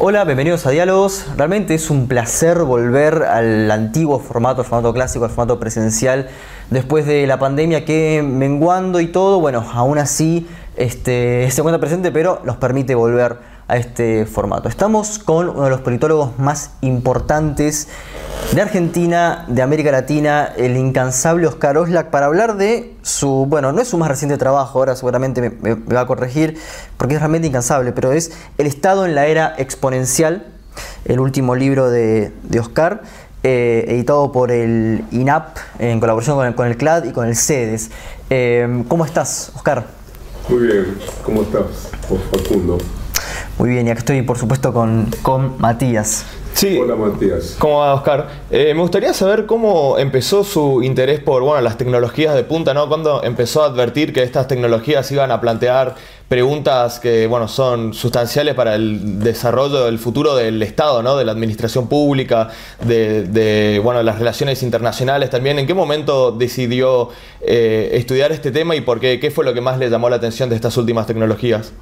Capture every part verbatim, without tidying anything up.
Hola, bienvenidos a Diálogos. Realmente es un placer volver al antiguo formato, al formato clásico, al formato presencial, después de la pandemia que menguando y todo, bueno, aún así este, se encuentra presente, pero nos permite volver a este formato. Estamos con uno de los politólogos más importantes de Argentina, de América Latina, el incansable Oscar Oslak, para hablar de su, bueno, no es su más reciente trabajo, ahora seguramente me, me, me va a corregir, porque es realmente incansable, pero es El Estado en la Era Exponencial, el último libro de, de Oscar, eh, editado por el I N A P, en colaboración con el, con el C L A D y con el CEDES. Eh, ¿Cómo estás, Oscar? Muy bien, ¿cómo estás, Facundo? Muy bien, y acá estoy, por supuesto, con, con Matías. Sí. Hola, Matías. ¿Cómo va, Oscar? Eh, me gustaría saber cómo empezó su interés por bueno, las tecnologías de punta, ¿no? ¿Cuándo empezó a advertir que estas tecnologías iban a plantear preguntas que bueno, son sustanciales para el desarrollo del futuro del Estado, ¿no? De la administración pública, de, de bueno, las relaciones internacionales también? ¿En qué momento decidió eh, estudiar este tema y por qué? ¿Qué fue lo que más le llamó la atención de estas últimas tecnologías?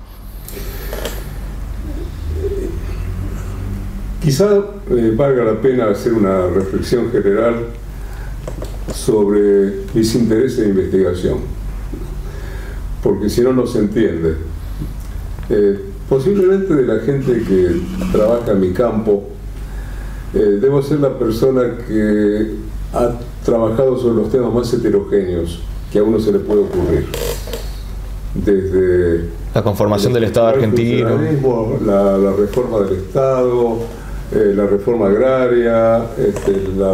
Quizá eh, valga la pena hacer una reflexión general sobre mis intereses de investigación, porque si no, no se entiende. Eh, posiblemente de la gente que trabaja en mi campo, eh, debo ser la persona que ha trabajado sobre los temas más heterogéneos que a uno se le puede ocurrir. Desde la conformación del Estado argentino, la, la reforma del Estado, Eh, la reforma agraria, este, la,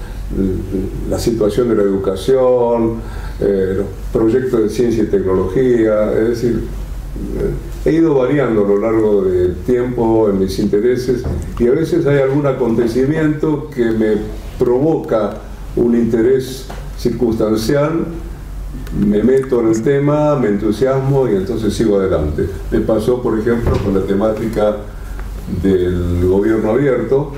la situación de la educación, eh, los proyectos de ciencia y tecnología. Es decir, eh, he ido variando a lo largo del tiempo en mis intereses, y a veces hay algún acontecimiento que me provoca un interés circunstancial, me meto en el tema, me entusiasmo y entonces sigo adelante. Me pasó, por ejemplo, con la temática del gobierno abierto,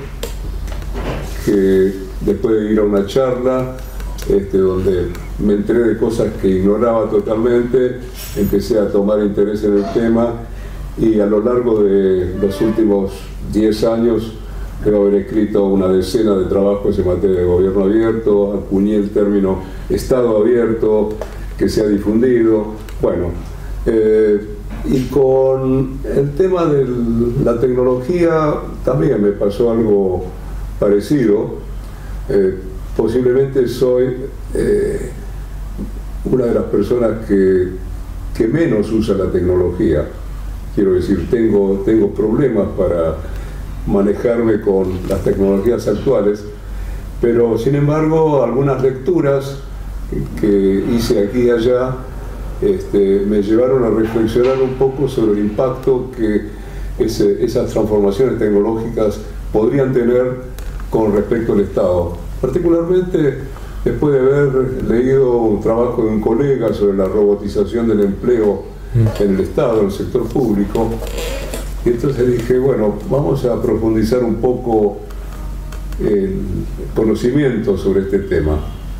que después de ir a una charla este, donde me enteré de cosas que ignoraba totalmente, empecé a tomar interés en el tema, y a lo largo de los últimos diez años creo haber escrito una decena de trabajos en materia de gobierno abierto, acuñé el término Estado abierto, que se ha difundido. Bueno, eh, y con el tema de la tecnología también me pasó algo parecido. Eh, posiblemente soy eh, una de las personas que, que menos usa la tecnología. Quiero decir, tengo, tengo problemas para manejarme con las tecnologías actuales, pero sin embargo algunas lecturas que hice aquí y allá Este, me llevaron a reflexionar un poco sobre el impacto que ese, esas transformaciones tecnológicas podrían tener con respecto al Estado. Particularmente después de haber leído un trabajo de un colega sobre la robotización del empleo en el Estado, en el sector público, y entonces dije, bueno, vamos a profundizar un poco el conocimiento sobre este tema.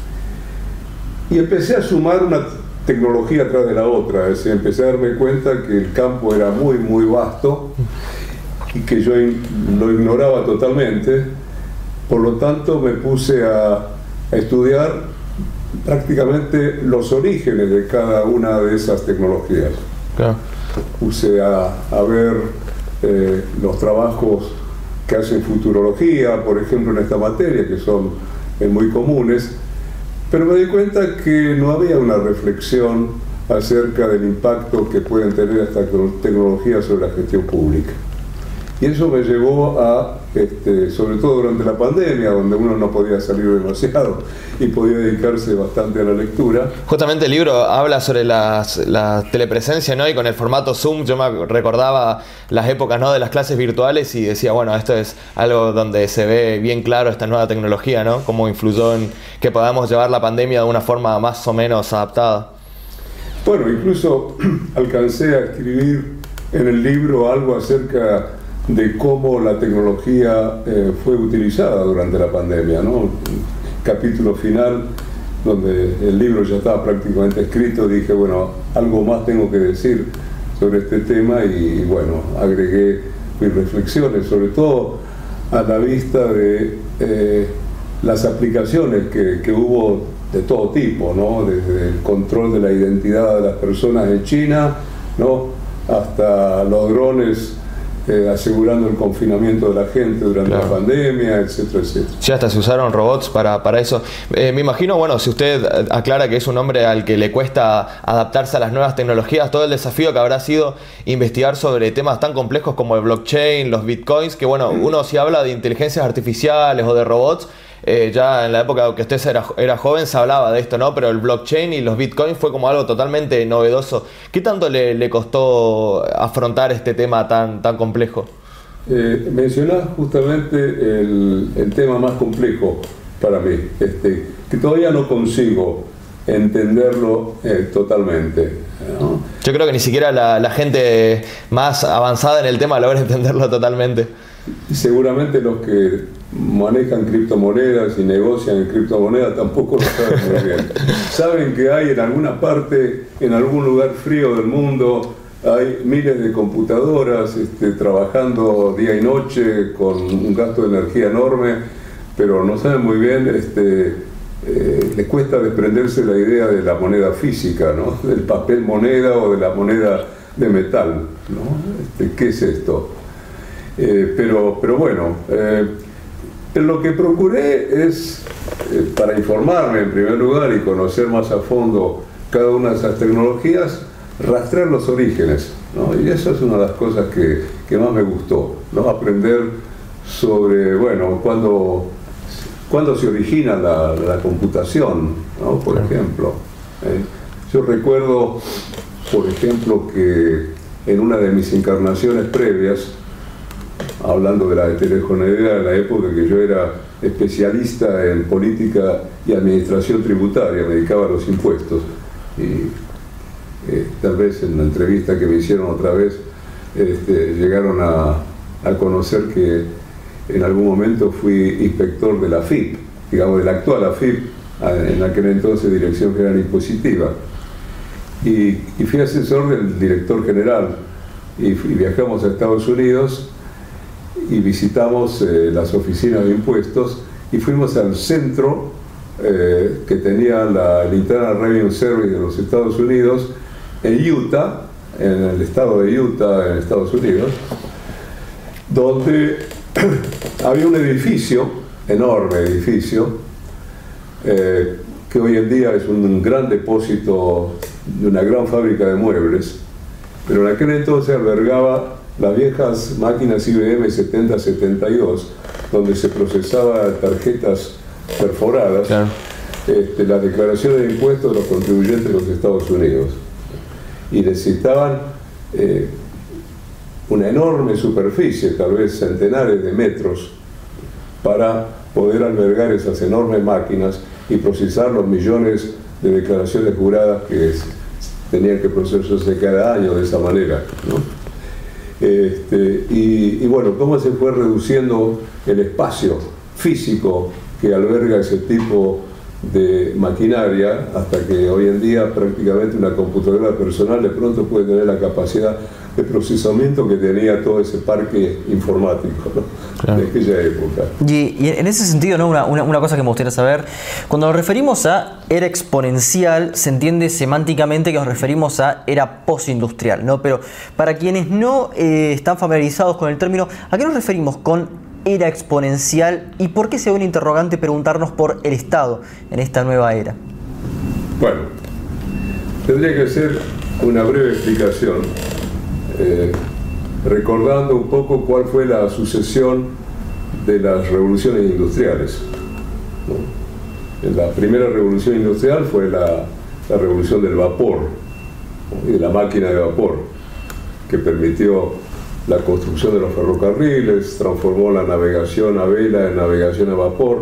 Y empecé a sumar una tecnología atrás de la otra, es decir, empecé a darme cuenta que el campo era muy, muy vasto y que yo lo ignoraba totalmente. Por lo tanto, me puse a, a estudiar prácticamente los orígenes de cada una de esas tecnologías. Claro. Puse a, a ver eh, los trabajos que hacen futurología, por ejemplo, en esta materia, que son eh, muy comunes. Pero me di cuenta que no había una reflexión acerca del impacto que pueden tener estas tecnologías sobre la gestión pública. Y eso me llevó a, este, sobre todo durante la pandemia, donde uno no podía salir demasiado y podía dedicarse bastante a la lectura. Justamente el libro habla sobre las, la telepresencia, ¿no? Y con el formato Zoom, yo me recordaba las épocas, ¿no? De las clases virtuales y decía, bueno, esto es algo donde se ve bien claro esta nueva tecnología, ¿no? Cómo influyó en que podamos llevar la pandemia de una forma más o menos adaptada. Bueno, incluso alcancé a escribir en el libro algo acerca de cómo la tecnología eh, fue utilizada durante la pandemia, ¿no? Un capítulo final donde el libro ya estaba prácticamente escrito, dije, bueno, algo más tengo que decir sobre este tema, y bueno, agregué mis reflexiones, sobre todo a la vista de eh, las aplicaciones que, que hubo de todo tipo, ¿no? Desde el control de la identidad de las personas en China, ¿no? Hasta los drones eh, asegurando el confinamiento de la gente durante claro. la pandemia, etcétera, etcétera. Sí, hasta se usaron robots para, para eso. Eh, me imagino, bueno, si usted aclara que es un hombre al que le cuesta adaptarse a las nuevas tecnologías, todo el desafío que habrá sido investigar sobre temas tan complejos como el blockchain, los bitcoins, que bueno, uno si habla de inteligencias artificiales o de robots, Eh, ya en la época que usted era, era joven se hablaba de esto, ¿no? Pero el blockchain y los bitcoins fue como algo totalmente novedoso. ¿Qué tanto le, le costó afrontar este tema tan, tan complejo? Eh, mencionás justamente el, el tema más complejo para mí, este, que todavía no consigo entenderlo eh, totalmente, ¿no? Yo creo que ni siquiera la, la gente más avanzada en el tema logra entenderlo totalmente. Y seguramente los que manejan criptomonedas y negocian en criptomonedas tampoco lo saben muy bien. Saben que hay en alguna parte, en algún lugar frío del mundo, hay miles de computadoras este, trabajando día y noche con un gasto de energía enorme, pero no saben muy bien, este, eh, les cuesta desprenderse la idea de la moneda física, ¿no? Del papel moneda o de la moneda de metal, ¿no? Este, ¿qué es esto? Eh, pero, pero bueno, eh, lo que procuré es, eh, para informarme en primer lugar y conocer más a fondo cada una de esas tecnologías, rastrear los orígenes, ¿no? Y eso es una de las cosas que, que más me gustó, ¿no? Aprender sobre, bueno, cuándo, cuándo se origina la, la computación, ¿no? Por ejemplo. ¿eh? Yo recuerdo, por ejemplo, que en una de mis encarnaciones previas, hablando de la heterogeneidad de la época que yo era especialista en política y administración tributaria, me dedicaba a los impuestos. Y eh, tal vez en la entrevista que me hicieron otra vez, este, llegaron a, a conocer que en algún momento fui inspector de la A F I P, digamos de la actual A F I P, en aquel entonces Dirección General Impositiva. Y, y fui asesor del director general y, y viajamos a Estados Unidos y visitamos eh, las oficinas de impuestos y fuimos al centro eh, que tenía la, el Internal Revenue Service de los Estados Unidos en Utah, en el estado de Utah, en Estados Unidos, donde había un edificio, enorme edificio, eh, que hoy en día es un gran depósito de una gran fábrica de muebles, pero en aquel entonces albergaba las viejas máquinas I B M setenta setenta y dos, donde se procesaba tarjetas perforadas, claro. este, las declaraciones de impuestos de los contribuyentes de los Estados Unidos. Y necesitaban eh, una enorme superficie, tal vez centenares de metros, para poder albergar esas enormes máquinas y procesar los millones de declaraciones juradas que es, tenían que procesarse cada año de esa manera, ¿no? Este, y, y bueno, cómo se fue reduciendo el espacio físico que alberga ese tipo de maquinaria, hasta que hoy en día prácticamente una computadora personal de pronto puede tener la capacidad de procesamiento que tenía todo ese parque informático, ¿no? Claro. De aquella época. Y, y en ese sentido, ¿no? una, una, una cosa que me gustaría saber, cuando nos referimos a era exponencial, se entiende semánticamente que nos referimos a era postindustrial, ¿no? Pero para quienes no eh, están familiarizados con el término, ¿a qué nos referimos con era exponencial y por qué se ve un interrogante preguntarnos por el Estado en esta nueva era? Bueno, tendría que hacer una breve explicación, eh, recordando un poco cuál fue la sucesión de las revoluciones industriales, ¿no? La primera revolución industrial fue la, la revolución del vapor, ¿no? Y de la máquina de vapor, que permitió la construcción de los ferrocarriles, transformó la navegación a vela en navegación a vapor,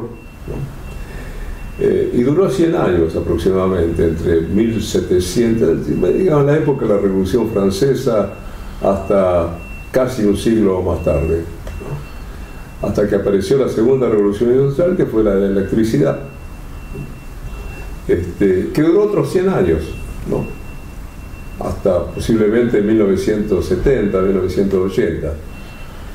¿no? Eh, y duró cien años aproximadamente, entre mil setecientos, digamos, en la época de la Revolución Francesa hasta casi un siglo más tarde, ¿no? Hasta que apareció la segunda revolución industrial, que fue la de la electricidad, este, que duró otros cien años, ¿no? Hasta posiblemente mil novecientos setenta, mil novecientos ochenta.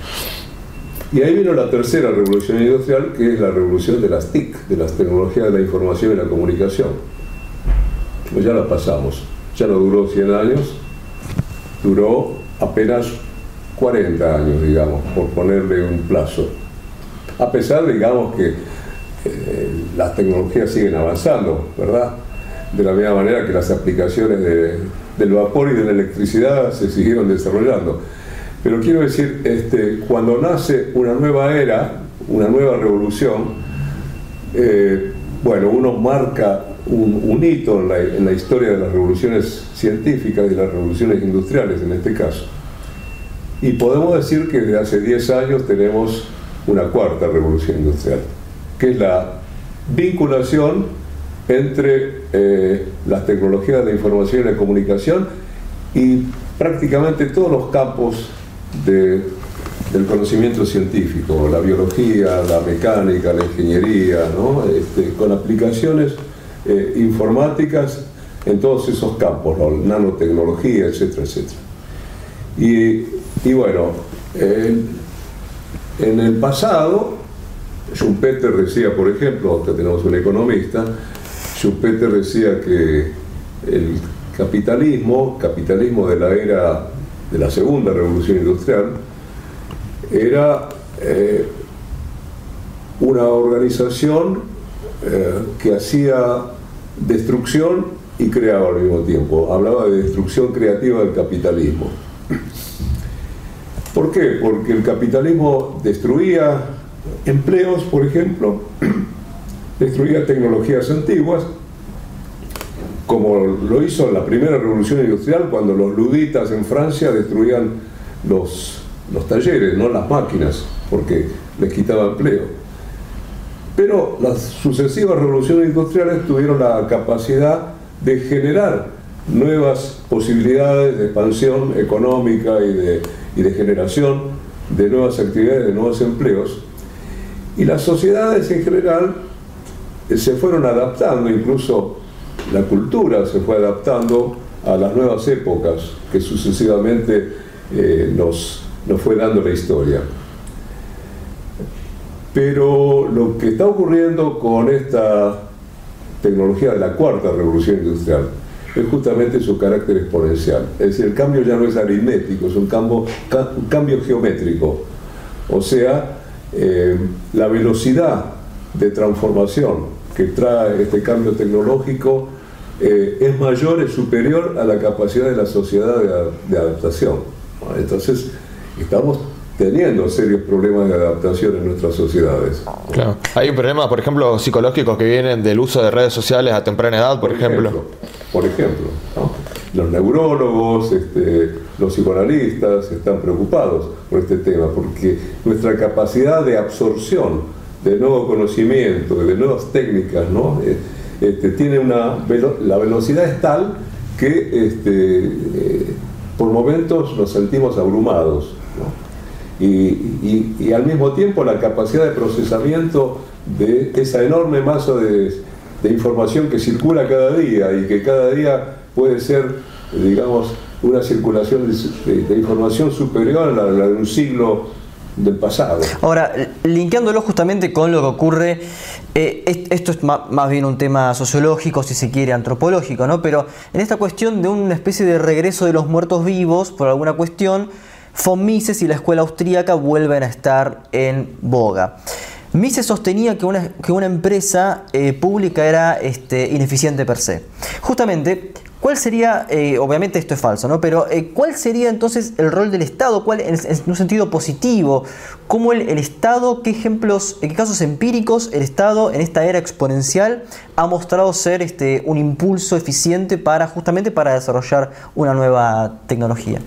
Y ahí vino la tercera revolución industrial, que es la revolución de las T I C, de las tecnologías de la información y la comunicación. Pues ya la pasamos, ya no duró cien años, duró apenas cuarenta años, digamos, por ponerle un plazo. A pesar, digamos, que eh, las tecnologías siguen avanzando, ¿verdad? De la misma manera que las aplicaciones de, del vapor y de la electricidad se siguieron desarrollando. Pero quiero decir, este, cuando nace una nueva era, una nueva revolución, eh, bueno, uno marca un, un hito en la, en la historia de las revoluciones científicas y las revoluciones industriales en este caso. Y podemos decir que desde hace diez años tenemos una cuarta revolución industrial, que es la vinculación entre eh, las tecnologías de información y la comunicación y prácticamente todos los campos de, del conocimiento científico, la biología, la mecánica, la ingeniería, ¿no? Este, con aplicaciones eh, informáticas en todos esos campos, ¿no? Nanotecnología, etcétera, etcétera. Y, y bueno, eh, en el pasado, Schumpeter decía, por ejemplo, que tenemos un economista, Schumpeter decía que el capitalismo, capitalismo de la era de la segunda revolución industrial, era eh, una organización eh, que hacía destrucción y creaba al mismo tiempo. Hablaba de destrucción creativa del capitalismo. ¿Por qué? Porque el capitalismo destruía empleos, por ejemplo, destruía tecnologías antiguas, como lo hizo en la primera revolución industrial, cuando los luditas en Francia destruían los, los talleres, no las máquinas, porque les quitaba empleo. Pero las sucesivas revoluciones industriales tuvieron la capacidad de generar nuevas posibilidades de expansión económica y de, y de generación de nuevas actividades, de nuevos empleos. Y las sociedades en general se fueron adaptando, incluso la cultura se fue adaptando a las nuevas épocas que sucesivamente eh, nos, nos fue dando la historia. Pero lo que está ocurriendo con esta tecnología de la cuarta revolución industrial es justamente su carácter exponencial. Es decir, el cambio ya no es aritmético, es un cambio, un cambio geométrico. O sea, eh, la velocidad de transformación que trae este cambio tecnológico eh, es mayor, es superior a la capacidad de la sociedad de, de adaptación. Entonces, estamos teniendo serios problemas de adaptación en nuestras sociedades. Claro. Hay un problema, por ejemplo, psicológicos que vienen del uso de redes sociales a temprana edad, por, por ejemplo. ejemplo. Por ejemplo, ¿no? Los neurólogos, este, los psicoanalistas están preocupados por este tema, porque nuestra capacidad de absorción de nuevo conocimiento, de nuevas técnicas, ¿no? Este, tiene una velo la velocidad es tal que este, eh, por momentos nos sentimos abrumados, ¿no? Y, y, y al mismo tiempo la capacidad de procesamiento de esa enorme masa de, de información que circula cada día y que cada día puede ser, digamos, una circulación de, de, de información superior a la, la de un siglo del pasado. Ahora, linkeándolo justamente con lo que ocurre, eh, esto es más, más bien un tema sociológico, si se quiere, antropológico, ¿no? Pero en esta cuestión de una especie de regreso de los muertos vivos, por alguna cuestión, von Mises y la escuela austríaca vuelven a estar en boga. Mises sostenía que una, que una empresa eh, pública era este, ineficiente per se. Justamente, ¿cuál sería, eh, obviamente esto es falso, ¿no? Pero eh, ¿cuál sería entonces el rol del Estado? ¿Cuál, en, en un sentido positivo? ¿Cómo el, el Estado, qué ejemplos, en qué casos empíricos el Estado en esta era exponencial ha mostrado ser este, un impulso eficiente para justamente para desarrollar una nueva tecnología?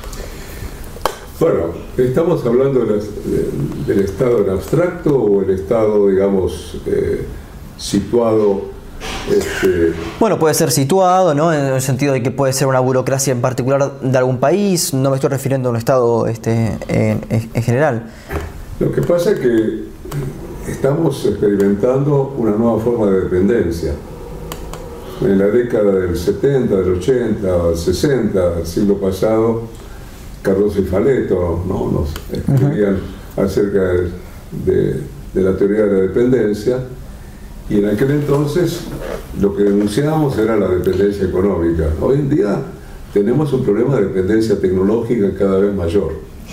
Bueno, ¿estamos hablando de la, de, del Estado en abstracto o el Estado, digamos, eh, situado? Este... Bueno, puede ser situado, ¿no? En el sentido de que puede ser una burocracia en particular de algún país, no me estoy refiriendo a un Estado este, en, en general. Lo que pasa es que estamos experimentando una nueva forma de dependencia. En la década del setenta, del ochenta, del sesenta, del siglo pasado, Cardoso y Faleto, ¿no? Nos escribían uh-huh. acerca de, de, de la teoría de la dependencia, y en aquel entonces lo que denunciábamos era la dependencia económica. Hoy en día tenemos un problema de dependencia tecnológica cada vez mayor,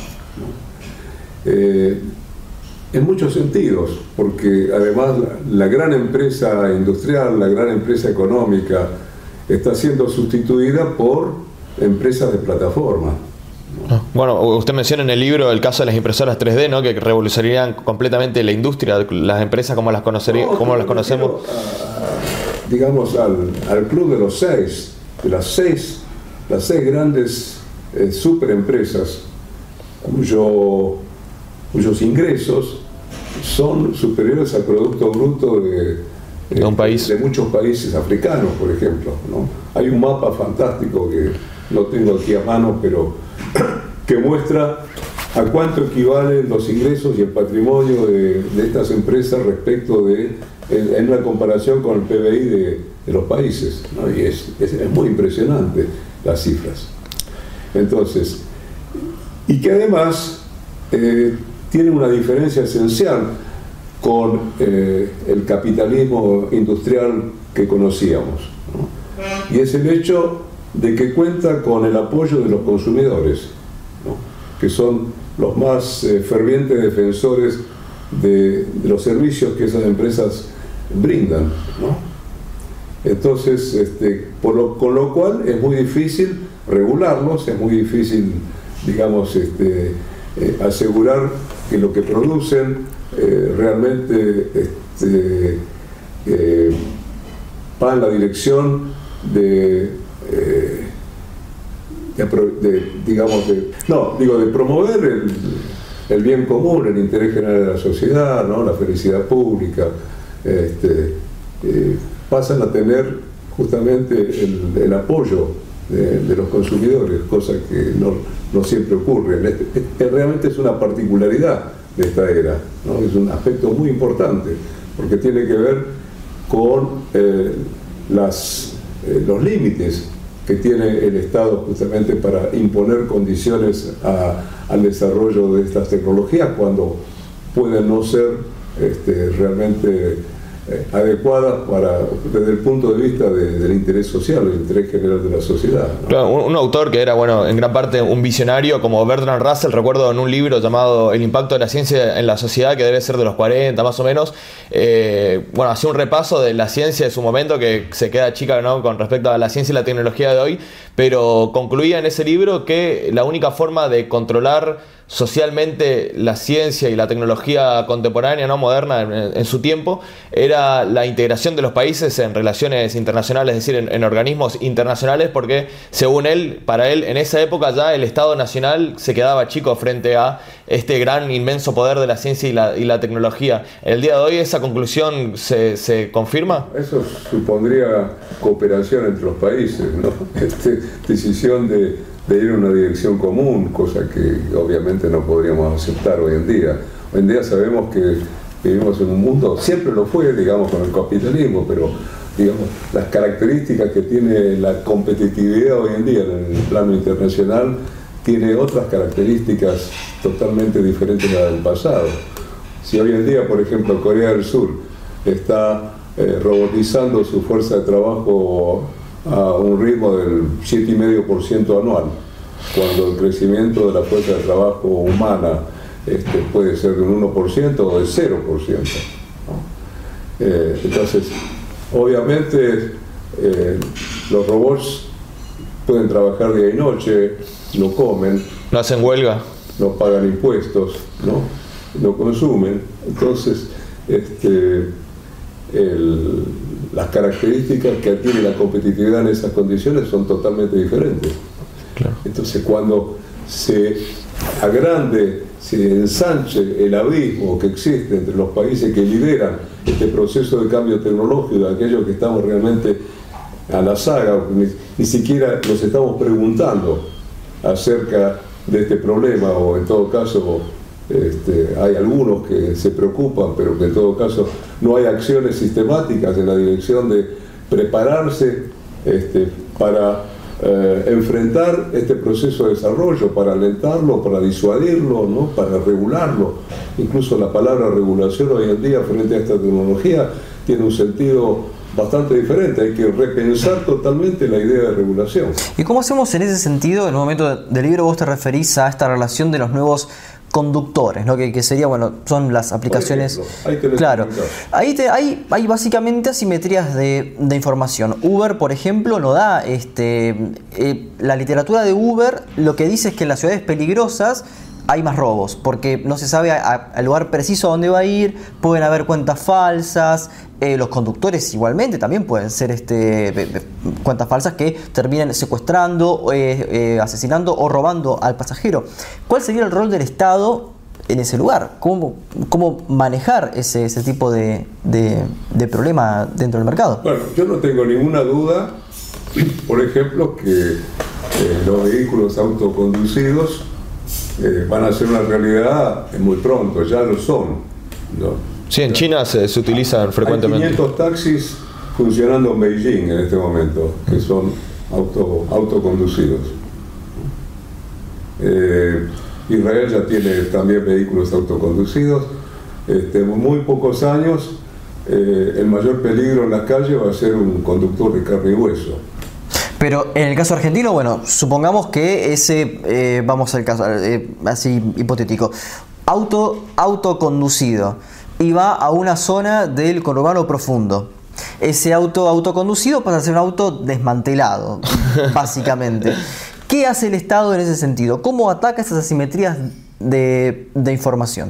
¿no? Eh, en muchos sentidos, porque además la, la gran empresa industrial, la gran empresa económica está siendo sustituida por empresas de plataforma. Bueno, usted menciona en el libro el caso de las impresoras tres D, ¿no? Que revolucionarían completamente la industria, las empresas como las, conocería, no, como las conocemos. A, digamos, al, al club de los seis, de las seis, las seis grandes eh, superempresas cuyo, cuyos ingresos son superiores al Producto Bruto de, de un país. de muchos países africanos, por ejemplo, ¿no? Hay un mapa fantástico que no tengo aquí a mano, pero que muestra a cuánto equivalen los ingresos y el patrimonio de, de estas empresas respecto de, en, en una comparación con el P B I de, de los países, ¿no? Y es, es, es muy impresionante las cifras. Entonces, y que además eh, tiene una diferencia esencial con eh, el capitalismo industrial que conocíamos, ¿no? Y es el hecho de que cuenta con el apoyo de los consumidores, ¿no? Que son los más eh, fervientes defensores de, de los servicios que esas empresas brindan, ¿no? Entonces, este, por lo, con lo cual es muy difícil regularlos, es muy difícil, digamos, este, eh, asegurar que lo que producen eh, realmente este, eh, va en la dirección de, eh, de, de, digamos, de, no, digo, de promover el, el bien común, el interés general de la sociedad, ¿no? La felicidad pública. Este, eh, pasan a tener justamente el, el apoyo de, de los consumidores, cosa que no, no siempre ocurre. Este, este, realmente es una particularidad de esta era, ¿no? Es un aspecto muy importante, porque tiene que ver con eh, las, eh, los límites que tiene el Estado justamente para imponer condiciones a, al desarrollo de estas tecnologías cuando pueden no ser este, realmente eh, adecuadas para, desde el punto de vista de, del interés social, del interés general de la sociedad, ¿no? Claro, un, un autor que era, bueno, en gran parte un visionario como Bertrand Russell, recuerdo en un libro llamado El impacto de la ciencia en la sociedad, que debe ser de los cuarenta más o menos, eh, bueno, hacía un repaso de la ciencia de su momento, que se queda chica, ¿no?, con respecto a la ciencia y la tecnología de hoy, pero concluía en ese libro que la única forma de controlar socialmente la ciencia y la tecnología contemporánea, no moderna, en, en su tiempo, era la integración de los países en relaciones internacionales, es decir, en, en organismos internacionales, porque según él, para él, en esa época ya el Estado Nacional se quedaba chico frente a este gran, inmenso poder de la ciencia y la, y la tecnología. ¿En el día de hoy esa conclusión se, se confirma? Eso supondría cooperación entre los países, ¿no? Este, decisión de de ir en una dirección común, cosa que obviamente no podríamos aceptar hoy en día. Hoy en día sabemos que vivimos en un mundo, siempre lo fue, digamos, con el capitalismo, pero digamos, las características que tiene la competitividad hoy en día en el plano internacional tiene otras características totalmente diferentes a las del pasado. Si hoy en día, por ejemplo, Corea del Sur está eh, robotizando su fuerza de trabajo a un ritmo del siete coma cinco por ciento anual, cuando el crecimiento de la fuerza de trabajo humana este, puede ser de un uno por ciento o de cero por ciento, ¿no? Eh, entonces, obviamente, eh, los robots pueden trabajar día y noche, no comen, no hacen huelga, no pagan impuestos, no, no consumen. Entonces, este, el, las características que adquiere la competitividad en esas condiciones son totalmente diferentes. Claro. Entonces, cuando se agrande, se ensanche el abismo que existe entre los países que lideran este proceso de cambio tecnológico, aquellos que estamos realmente a la saga, ni, ni siquiera nos estamos preguntando acerca de este problema, o en todo caso Este, hay algunos que se preocupan, pero que en todo caso no hay acciones sistemáticas en la dirección de prepararse este, para eh, enfrentar este proceso de desarrollo, para alentarlo, para disuadirlo, ¿no? Para regularlo. Incluso la palabra regulación hoy en día frente a esta tecnología tiene un sentido bastante diferente. Hay que repensar totalmente la idea de regulación. ¿Y cómo hacemos en ese sentido? En un momento del libro vos te referís a esta relación de los nuevos conductores, ¿no? que, que sería, bueno, son las aplicaciones. Ahí tenés claro, ahí te, hay, hay básicamente asimetrías de, de información. Uber, por ejemplo, no da este, eh, la literatura de Uber lo que dice es que en las ciudades peligrosas hay más robos, porque no se sabe al lugar preciso a dónde va a ir, pueden haber cuentas falsas, eh, los conductores igualmente también pueden ser este, cuentas falsas que terminen secuestrando, eh, eh, asesinando o robando al pasajero. ¿Cuál sería el rol del Estado en ese lugar? ¿Cómo, cómo manejar ese, ese tipo de, de, de problema dentro del mercado? Bueno, yo no tengo ninguna duda, por ejemplo, que eh, los vehículos autoconducidos Eh, van a ser una realidad muy pronto, ya lo son, ¿no? Sí, en China se, se utilizan frecuentemente. Hay quinientos taxis funcionando en Beijing en este momento, que son auto, autoconducidos. Eh, Israel ya tiene también vehículos autoconducidos. Este, en muy pocos años, eh, el mayor peligro en la calle va a ser un conductor de carne y hueso. Pero en el caso argentino, bueno, supongamos que ese, eh, vamos al caso, eh, así hipotético, auto autoconducido y va a una zona del conurbano profundo. Ese auto autoconducido pasa a ser un auto desmantelado, básicamente. ¿Qué hace el Estado en ese sentido? ¿Cómo ataca esas asimetrías de, de información?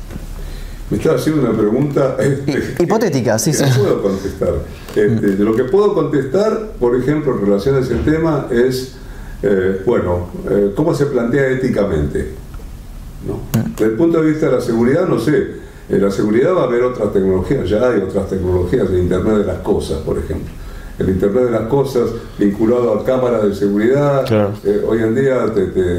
Me estaba haciendo una pregunta este, hipotética, sí, sí. No puedo contestar. Este, de lo que puedo contestar, por ejemplo, en relación a ese tema, es, eh, bueno, eh, ¿cómo se plantea éticamente? ¿No? Desde el punto de vista de la seguridad, no sé, en la seguridad va a haber otras tecnologías, ya hay otras tecnologías, el Internet de las Cosas, por ejemplo. El Internet de las Cosas vinculado a cámaras de seguridad, claro. eh, hoy en día te, te,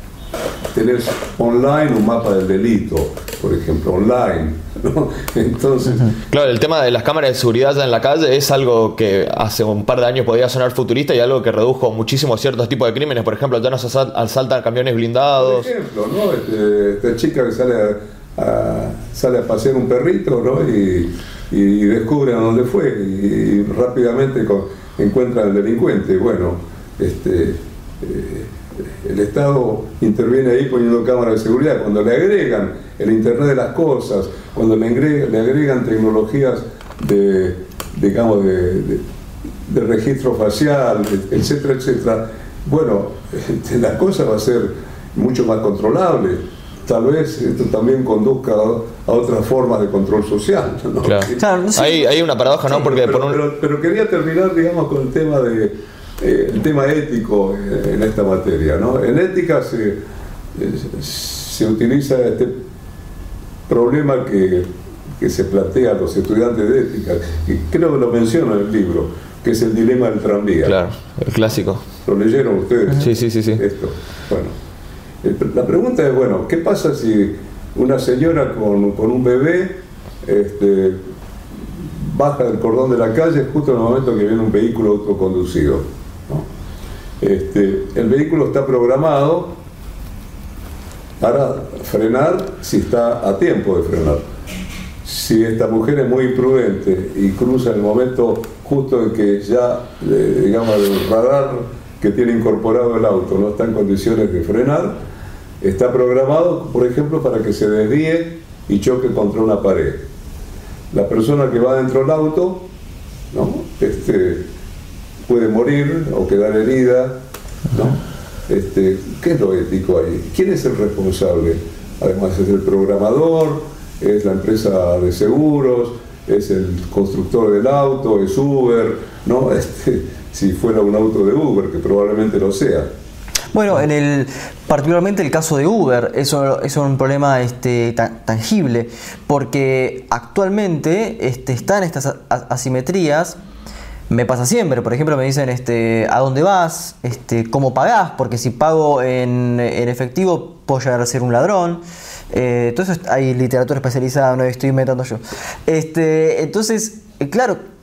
tenés online un mapa del delito, por ejemplo, online, ¿no? Entonces... Claro, el tema de las cámaras de seguridad ya en la calle es algo que hace un par de años podía sonar futurista y algo que redujo muchísimo ciertos tipos de crímenes. Por ejemplo, ya no se asaltan camiones blindados. Por ejemplo, ¿no? Este, esta chica que sale a, a, sale a pasear un perrito, ¿no? Y, y descubren a dónde fue y, y rápidamente con, encuentran al delincuente. Bueno, este... Eh, el Estado interviene ahí poniendo cámaras de seguridad. Cuando le agregan el Internet de las Cosas, cuando le agregan, le agregan tecnologías de, digamos, de, de, de registro facial, etcétera, etcétera, bueno, la cosa va a ser mucho más controlable. Tal vez esto también conduzca a, a otras formas de control social, ¿no? Claro. Claro, no sé. hay, hay una paradoja, ¿no? Sí, Porque pero, por un... pero, pero quería terminar, digamos, con el tema de Eh, el tema ético eh, en esta materia, ¿no? En ética se, eh, se utiliza este problema que, que se plantea a los estudiantes de ética, que creo que lo menciono en el libro, que es el dilema del tranvía. Claro, el clásico. ¿Lo leyeron ustedes? Sí, sí, sí, sí. Esto. Bueno, el, la pregunta es, bueno, ¿qué pasa si una señora con, con un bebé este, baja del cordón de la calle justo en el momento que viene un vehículo autoconducido? ¿No? Este, el vehículo está programado para frenar si está a tiempo de frenar. Si esta mujer es muy imprudente y cruza en el momento justo en que ya, eh, digamos, el radar que tiene incorporado el auto no está en condiciones de frenar, está programado, por ejemplo, para que se desvíe y choque contra una pared. La persona que va dentro del auto, ¿no? este, puede morir o quedar herida, ¿no? Este, ¿qué es lo ético ahí? ¿Quién es el responsable? Además es el programador, es la empresa de seguros, es el constructor del auto, es Uber, ¿no? Este, si fuera un auto de Uber, que probablemente lo sea. Bueno, en el, particularmente el caso de Uber, eso es un problema este, tan, tangible, porque actualmente este, están estas asimetrías. Me pasa siempre, por ejemplo, me dicen este, ¿a dónde vas? Este, ¿Cómo pagás? Porque si pago en, en efectivo puedo llegar a ser un ladrón. Eh, entonces hay literatura especializada, no estoy inventando yo. Este, entonces, claro,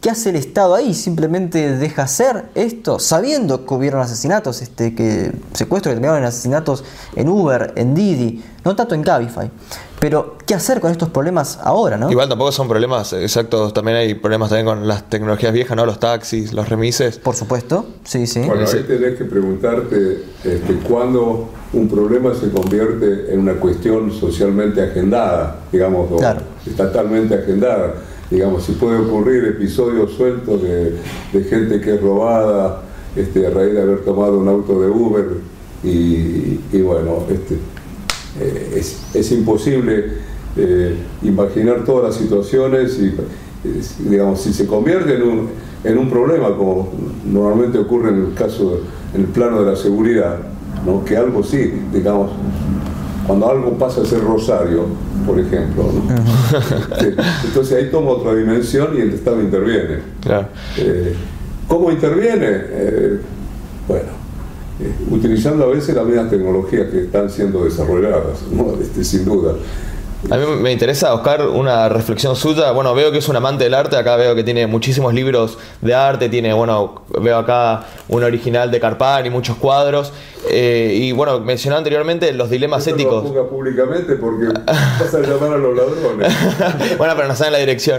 ¿qué hace el Estado ahí? ¿Simplemente deja hacer esto? Sabiendo que hubieron asesinatos, este, que secuestros que terminaron en asesinatos en Uber, en Didi, no tanto en Cabify. Pero, ¿qué hacer con estos problemas ahora, no? Igual tampoco son problemas exactos, también hay problemas también con las tecnologías viejas, ¿no? Los taxis, los remises. Por supuesto, sí, sí. Bueno, ahí tenés que preguntarte este, cuándo un problema se convierte en una cuestión socialmente agendada, digamos, o claro. estatalmente agendada. Digamos, si puede ocurrir episodios sueltos de, de gente que es robada este, a raíz de haber tomado un auto de Uber y, y bueno, este, eh, es, es imposible eh, imaginar todas las situaciones y, eh, digamos, si se convierte en un, en un problema, como normalmente ocurre en el caso, en el plano de la seguridad, ¿no? Que algo sí, digamos, cuando algo pasa a ser Rosario, por ejemplo, ¿no? Uh-huh. Entonces ahí toma otra dimensión y el Estado interviene. Claro. Eh, ¿Cómo interviene? Eh, bueno, eh, utilizando a veces las mismas tecnologías que están siendo desarrolladas, ¿no? Este, sin duda. A mí me interesa, Oscar, una reflexión suya. Bueno, veo que es un amante del arte, acá veo que tiene muchísimos libros de arte, tiene, bueno, veo acá un original de Carpán y muchos cuadros. Eh, y bueno, mencionaba anteriormente los dilemas Esto éticos. No lo ponga públicamente porque vas a llamar a los ladrones. Bueno, pero no saben la dirección.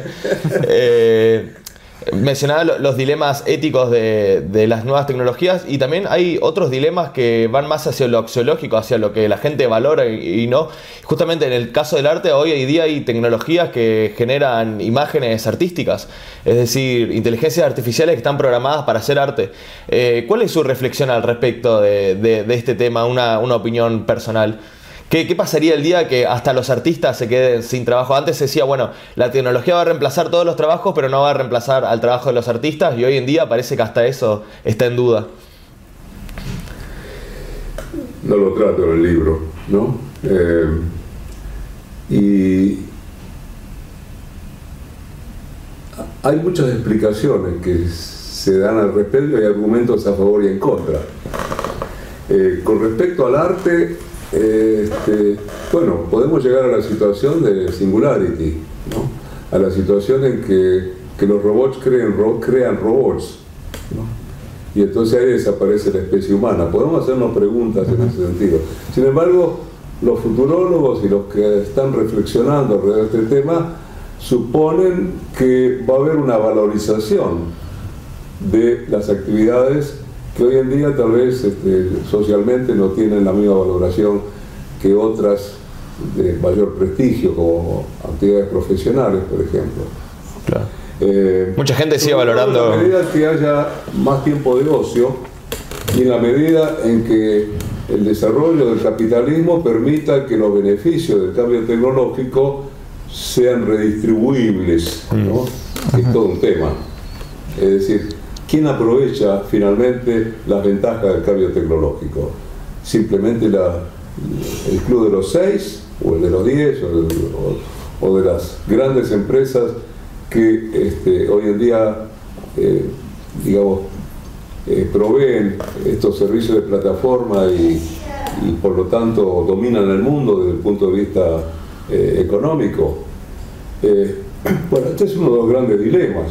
Eh, mencionaba los dilemas éticos de, de las nuevas tecnologías y también hay otros dilemas que van más hacia lo axiológico, hacia lo que la gente valora y, y no. Justamente en el caso del arte, hoy en día hay tecnologías que generan imágenes artísticas, es decir, inteligencias artificiales que están programadas para hacer arte. Eh, ¿Cuál es su reflexión al respecto de, de, de este tema, una, una opinión personal? ¿Qué, ¿Qué pasaría el día que hasta los artistas se queden sin trabajo? Antes se decía, bueno, la tecnología va a reemplazar todos los trabajos, pero no va a reemplazar al trabajo de los artistas, y hoy en día parece que hasta eso está en duda. No lo trato en el libro, ¿no? Eh, y hay muchas explicaciones que se dan al respecto y hay argumentos a favor y en contra. Eh, con respecto al arte, Este, bueno, podemos llegar a la situación de singularity, ¿no? A la situación en que, que los robots creen, ro, crean robots, ¿no? Y entonces ahí desaparece la especie humana. Podemos hacernos preguntas en ese sentido. Sin embargo, los futurólogos y los que están reflexionando alrededor de este tema suponen que va a haber una valorización de las actividades que hoy en día tal vez este, socialmente no tienen la misma valoración que otras de mayor prestigio, como actividades profesionales, por ejemplo. Claro. Eh, Mucha gente sigue valorando. En la medida que haya más tiempo de ocio y en la medida en que el desarrollo del capitalismo permita que los beneficios del cambio tecnológico sean redistribuibles, ¿no? Mm. Es todo un tema. Es decir, ¿quién aprovecha finalmente las ventajas del cambio tecnológico? ¿Simplemente la, el club de los seis, o el de los diez, o, o, o de las grandes empresas que este, hoy en día, eh, digamos, eh, proveen estos servicios de plataforma y, y por lo tanto dominan el mundo desde el punto de vista eh, económico? Eh, bueno, este es uno de los grandes dilemas.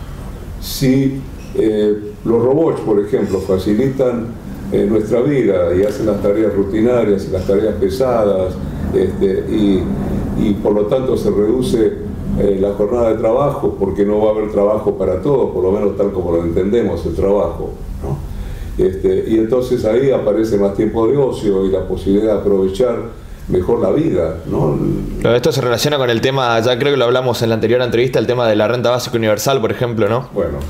Si Eh, los robots, por ejemplo, facilitan eh, nuestra vida y hacen las tareas rutinarias y las tareas pesadas, este, y, y por lo tanto se reduce eh, la jornada de trabajo porque no va a haber trabajo para todos, por lo menos tal como lo entendemos el trabajo, ¿no? Este, y entonces ahí aparece más tiempo de ocio y la posibilidad de aprovechar mejor la vida, ¿no? Pero esto se relaciona con el tema, ya creo que lo hablamos en la anterior entrevista, el tema de la renta básica universal, por ejemplo, ¿no? Bueno,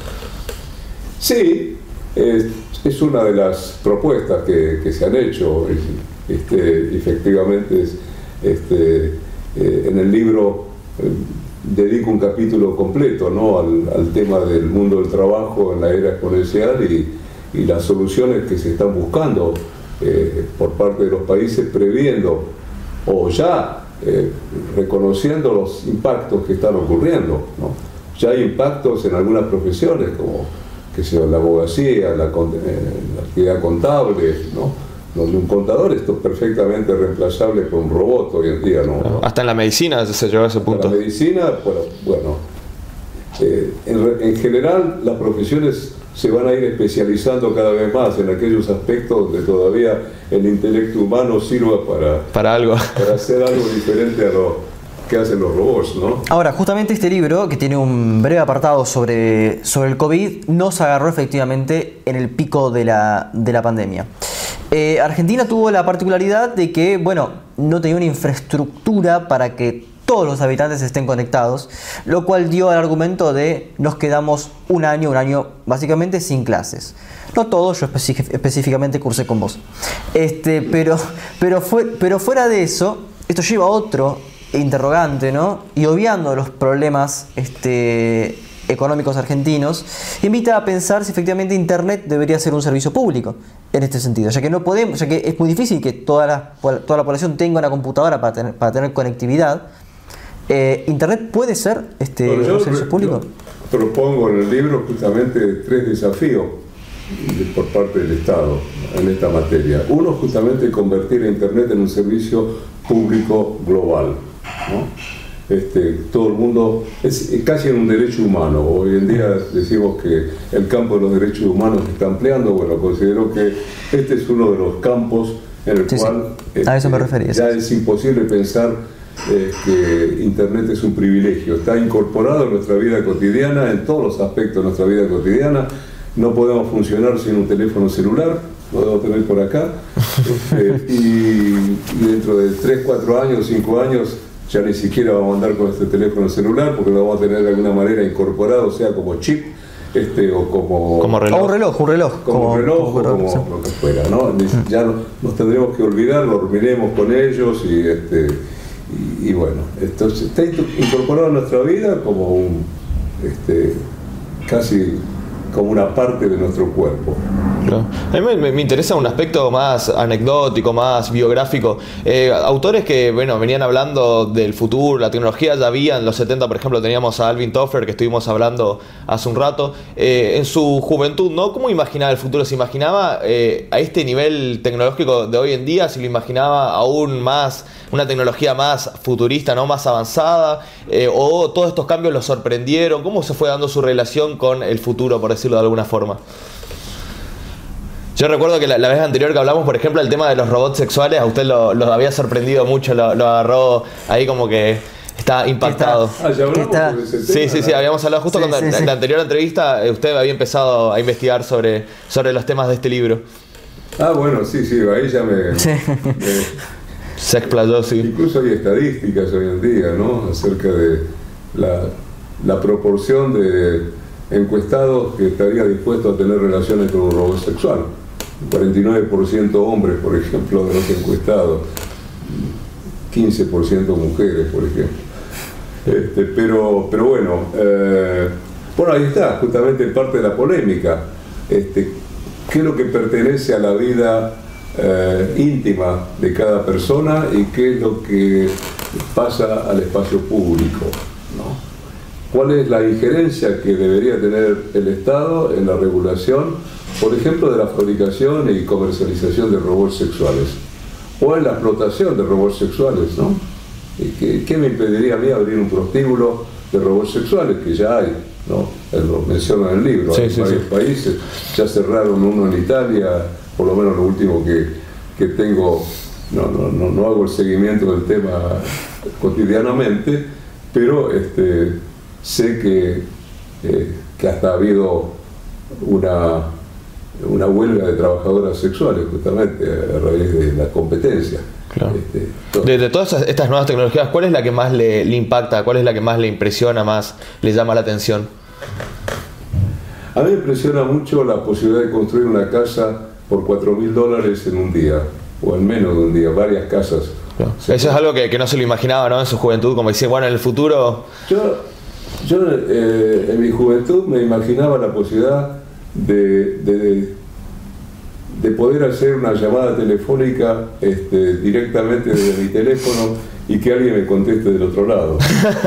sí, es, es una de las propuestas que, que se han hecho. Este, efectivamente, es, este, eh, en el libro eh, dedico un capítulo completo, ¿no? al, al tema del mundo del trabajo en la era exponencial y, y las soluciones que se están buscando eh, por parte de los países, previendo o ya eh, reconociendo los impactos que están ocurriendo, ¿no? Ya hay impactos en algunas profesiones como que sea la abogacía, la, la actividad contable, ¿no? Donde un contador es perfectamente reemplazable por un robot hoy en día, ¿no? Hasta en la medicina se llegó a ese punto. En la medicina, bueno, bueno eh, en, en general las profesiones se van a ir especializando cada vez más en aquellos aspectos donde todavía el intelecto humano sirva para, para algo, para hacer algo diferente a lo que hacen los robots, ¿no? Ahora, justamente este libro, que tiene un breve apartado sobre, sobre el COVID, nos agarró efectivamente en el pico de la, de la pandemia. Eh, Argentina tuvo la particularidad de que, bueno, no tenía una infraestructura para que todos los habitantes estén conectados, lo cual dio al argumento de nos quedamos un año, un año básicamente sin clases. No todos, yo específic- específicamente cursé con vos. Este, pero, pero, fue, pero fuera de eso, esto lleva a otro interrogante, ¿no? Y obviando los problemas este, económicos argentinos, invita a pensar si efectivamente Internet debería ser un servicio público en este sentido, ya que no podemos, ya que es muy difícil que toda la, toda la población tenga una computadora para tener, para tener conectividad. Eh, ¿Internet puede ser este, bueno, un servicio público? Propongo en el libro justamente tres desafíos por parte del Estado en esta materia. Uno, justamente convertir a Internet en un servicio público global, ¿no? Este, todo el mundo, es, es casi un derecho humano. Hoy en día decimos que el campo de los derechos humanos se está ampliando. Bueno, considero que este es uno de los campos en el sí, cual sí. A eso me este, refería, ya sí. es imposible pensar Eh, que Internet es un privilegio, está incorporado en nuestra vida cotidiana, en todos los aspectos de nuestra vida cotidiana. No podemos funcionar sin un teléfono celular, lo debo tener por acá, este, y, y dentro de tres, cuatro años, cinco años, ya ni siquiera vamos a andar con este teléfono celular porque lo vamos a tener de alguna manera incorporado, sea como chip, este, o como, como reloj. O un reloj, un reloj. como, como reloj, como, como sí. lo que fuera, ¿no? Ya no, nos tendremos que olvidar, lo dormiremos con ellos y este Y, y bueno, esto está incorporado a nuestra vida como un, este, casi como una parte de nuestro cuerpo. Claro. A mí me, me interesa un aspecto más anecdótico, más biográfico. Eh, autores que, bueno, venían hablando del futuro, la tecnología ya había. En los setenta, por ejemplo, teníamos a Alvin Toffler, que estuvimos hablando hace un rato. Eh, en su juventud, ¿no? ¿Cómo imaginaba el futuro? ¿Se imaginaba eh, a este nivel tecnológico de hoy en día? ¿Se lo imaginaba aún más, una tecnología más futurista, ¿no? Más avanzada? Eh, ¿O todos estos cambios lo sorprendieron? ¿Cómo se fue dando su relación con el futuro, por decirlo de alguna forma? Yo recuerdo que la, la vez anterior que hablamos, por ejemplo, el tema de los robots sexuales, a usted lo, lo había sorprendido mucho, lo, lo agarró ahí como que está impactado. Ah, ya hablamos está? sobre ese Sí, tema, sí, sí, ¿no? habíamos hablado justo Sí, cuando sí, en sí. la anterior entrevista usted había empezado a investigar sobre, sobre los temas de este libro. Ah, bueno, sí, sí, ahí ya me... Sí. me Se explayó, sí. incluso hay estadísticas hoy en día, ¿no? Acerca de la, la proporción de encuestados que estaría dispuesto a tener relaciones con un robot sexual. cuarenta y nueve por ciento hombres, por ejemplo, de los encuestados, quince por ciento mujeres, por ejemplo. Este, pero, pero bueno, eh, bueno, ahí está, justamente parte de la polémica. Este, ¿qué es lo que pertenece a la vida eh, íntima de cada persona y qué es lo que pasa al espacio público, ¿no? ¿Cuál es la injerencia que debería tener el Estado en la regulación, por ejemplo, de la fabricación y comercialización de robots sexuales? O en la explotación de robots sexuales, ¿no? ¿Qué, qué me impediría a mí abrir un prostíbulo de robots sexuales? Que ya hay, ¿no? Lo menciona en el libro, Sí, hay sí, varios sí. países, ya cerraron uno en Italia, por lo menos lo último que, que tengo, no, no, no, no hago el seguimiento del tema cotidianamente, pero este, sé que, eh, que hasta ha habido una, una huelga de trabajadoras sexuales justamente a raíz de la competencia. Claro. Este, todo. De, de todas estas nuevas tecnologías, ¿cuál es la que más le, le impacta? ¿Cuál es la que más le impresiona, más le llama la atención? A mí me impresiona mucho la posibilidad de construir una casa por cuatro mil dólares en un día, o en menos de un día, varias casas. Claro. Sí. Eso es algo que, que no se lo imaginaba, ¿no? En su juventud, como decía, bueno, en el futuro... Yo, yo eh, en mi juventud me imaginaba la posibilidad de, de, de poder hacer una llamada telefónica este, directamente desde mi teléfono y que alguien me conteste del otro lado.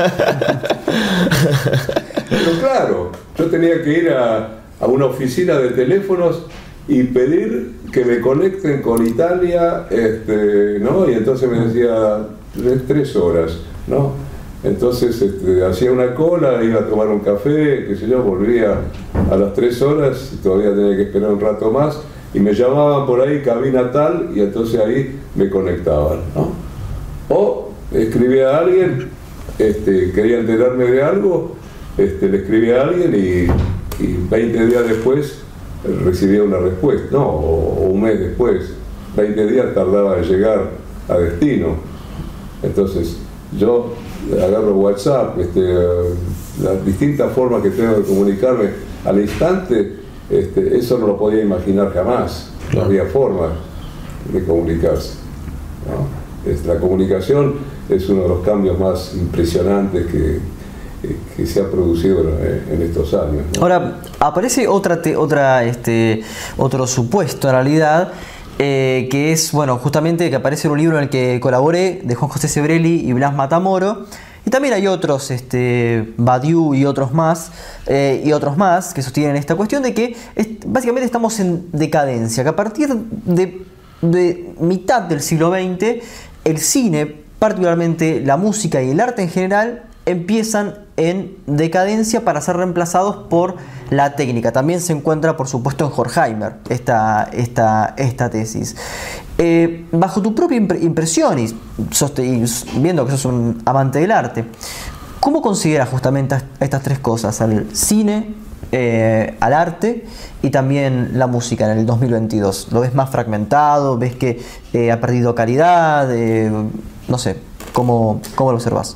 Pero claro, yo tenía que ir a, a una oficina de teléfonos y pedir que me conecten con Italia, este, ¿no? Y entonces me decía tres, tres horas, ¿no? Entonces este, hacía una cola, iba a tomar un café, qué sé yo, volvía a las tres horas y todavía tenía que esperar un rato más y me llamaban por ahí, cabina tal, y entonces ahí me conectaban, ¿no? O escribía a alguien, este, quería enterarme de algo, este, le escribía a alguien y, y veinte días después recibía una respuesta, no, o, o un mes después, veinte días tardaba en llegar a destino. Entonces yo agarro WhatsApp, este, las distintas formas que tengo de comunicarme al instante, este, eso no lo podía imaginar jamás, no había forma de comunicarse, ¿no? Es, la comunicación es uno de los cambios más impresionantes que, que se ha producido en, en estos años, ¿no? Ahora, aparece otra, te, otra, este, otro supuesto en realidad, Eh, que es, bueno, justamente que aparece en un libro en el que colaboré, de Juan José Sebrelli y Blas Matamoro, y también hay otros, este, Badiou y otros más, eh, y otros más que sostienen esta cuestión de que es, básicamente estamos en decadencia, que a partir de, de mitad del siglo veinte, el cine, particularmente la música y el arte en general, empiezan en decadencia para ser reemplazados por la técnica. También se encuentra, por supuesto, en Horkheimer esta, esta, esta tesis. Eh, bajo tu propia impresión y, y viendo que sos un amante del arte, ¿cómo consideras justamente estas tres cosas? Al cine, eh, al arte y también la música en el dos mil veintidós. ¿Lo ves más fragmentado? ¿Ves que eh, ha perdido calidad? Eh, no sé, ¿cómo, cómo lo observas?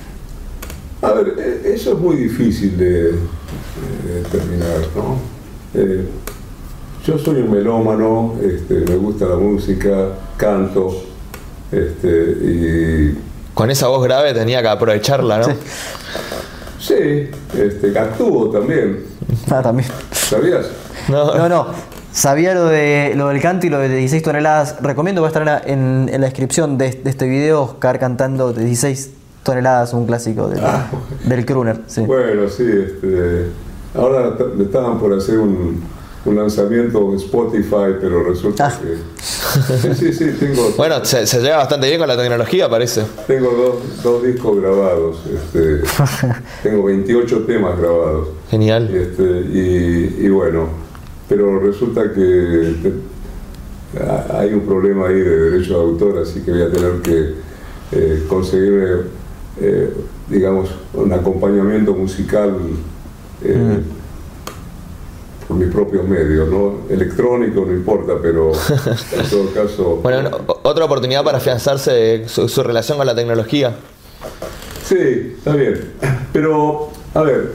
A ver, eso es muy difícil de, de determinar, ¿no? Eh, yo soy un melómano, este, me gusta la música, canto, este, y... Con esa voz grave tenía que aprovecharla, ¿no? Sí, sí, este, actúo también. Ah, también. ¿Sabías? No, No, no. Sabía lo, de, lo del canto y lo de dieciséis toneladas. Recomiendo, va a estar en, en la descripción de, de este video, Oscar cantando de dieciséis toneladas, un clásico del, ah, del crooner. Sí. Bueno, sí, este, ahora me estaban por hacer un, un lanzamiento en Spotify, pero resulta Ah. que... Sí, sí, sí, tengo... Bueno, se, se lleva bastante bien con la tecnología, parece. Tengo dos, dos discos grabados, este, tengo veintiocho temas grabados. Genial. Y, este, y, y bueno, pero resulta que te, hay un problema ahí de derecho de autor, así que voy a tener que eh, conseguirme, eh, digamos, un acompañamiento musical eh, mm. por mis propios medios, ¿no? Electrónico, no importa, pero en todo caso... Bueno, otra oportunidad para afianzarse su, su relación con la tecnología. Sí, está bien. Pero, a ver,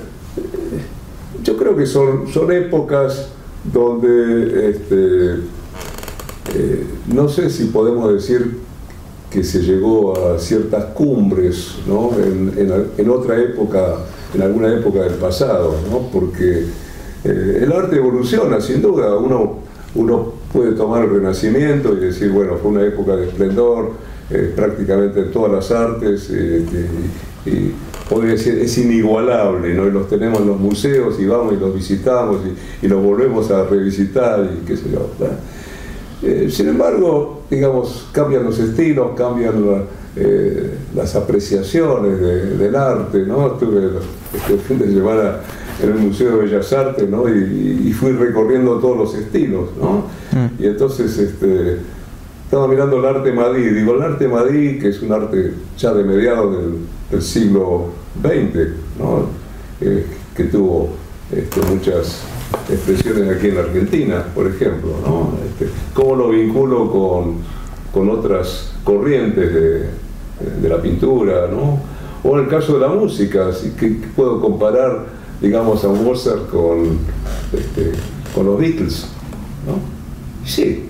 yo creo que son, son épocas donde, este, eh, no sé si podemos decir que se llegó a ciertas cumbres, ¿no? en, en, en otra época, en alguna época del pasado, ¿no? Porque eh, el arte evoluciona, sin duda. Uno, uno puede tomar el Renacimiento y decir, bueno, fue una época de esplendor, eh, prácticamente en todas las artes, eh, y, y podría decir, es inigualable, ¿no? Y los tenemos en los museos y vamos y los visitamos y, y los volvemos a revisitar y qué sé yo, ¿verdad? Eh, sin embargo, digamos, cambian los estilos, cambian la, eh, las apreciaciones de, del arte, ¿no? Estuve este fin de semana en el Museo de Bellas Artes, ¿no? y, y fui recorriendo todos los estilos, ¿no? Mm. Y entonces este, estaba mirando el arte madí, digo, el arte madí, que es un arte ya de mediados del, del siglo veinte, ¿no? Eh, que tuvo este, muchas expresiones aquí en la Argentina, por ejemplo, ¿no? Este, ¿cómo lo vinculo con, con otras corrientes de, de la pintura, ¿no? O en el caso de la música, ¿sí? ¿Qué, qué puedo comparar, digamos, a Mozart con, este, con los Beatles, ¿no? Sí,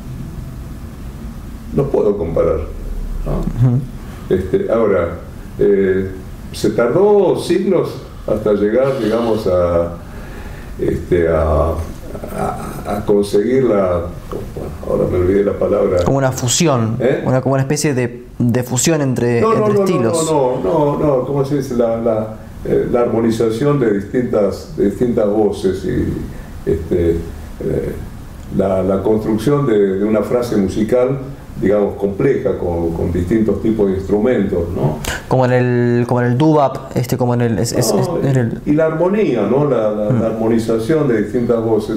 no puedo comparar, ¿no? Uh-huh. este, ahora, eh, se tardó siglos hasta llegar, digamos, a Este, a, a, a conseguir la, ahora me olvidé la palabra, como una fusión, ¿eh? una, como una especie de, de fusión entre, no, no, entre no, estilos. No, no, no, no, ¿cómo se dice? La, la, eh, la armonización de distintas, de distintas voces y este, eh, la, la construcción de, de una frase musical digamos, compleja, con, con distintos tipos de instrumentos, ¿no? Como en el, como en el doo-wop, este, como en el, es, es, No, es, en el... Y la armonía, ¿no? La, la, mm. la armonización de distintas voces.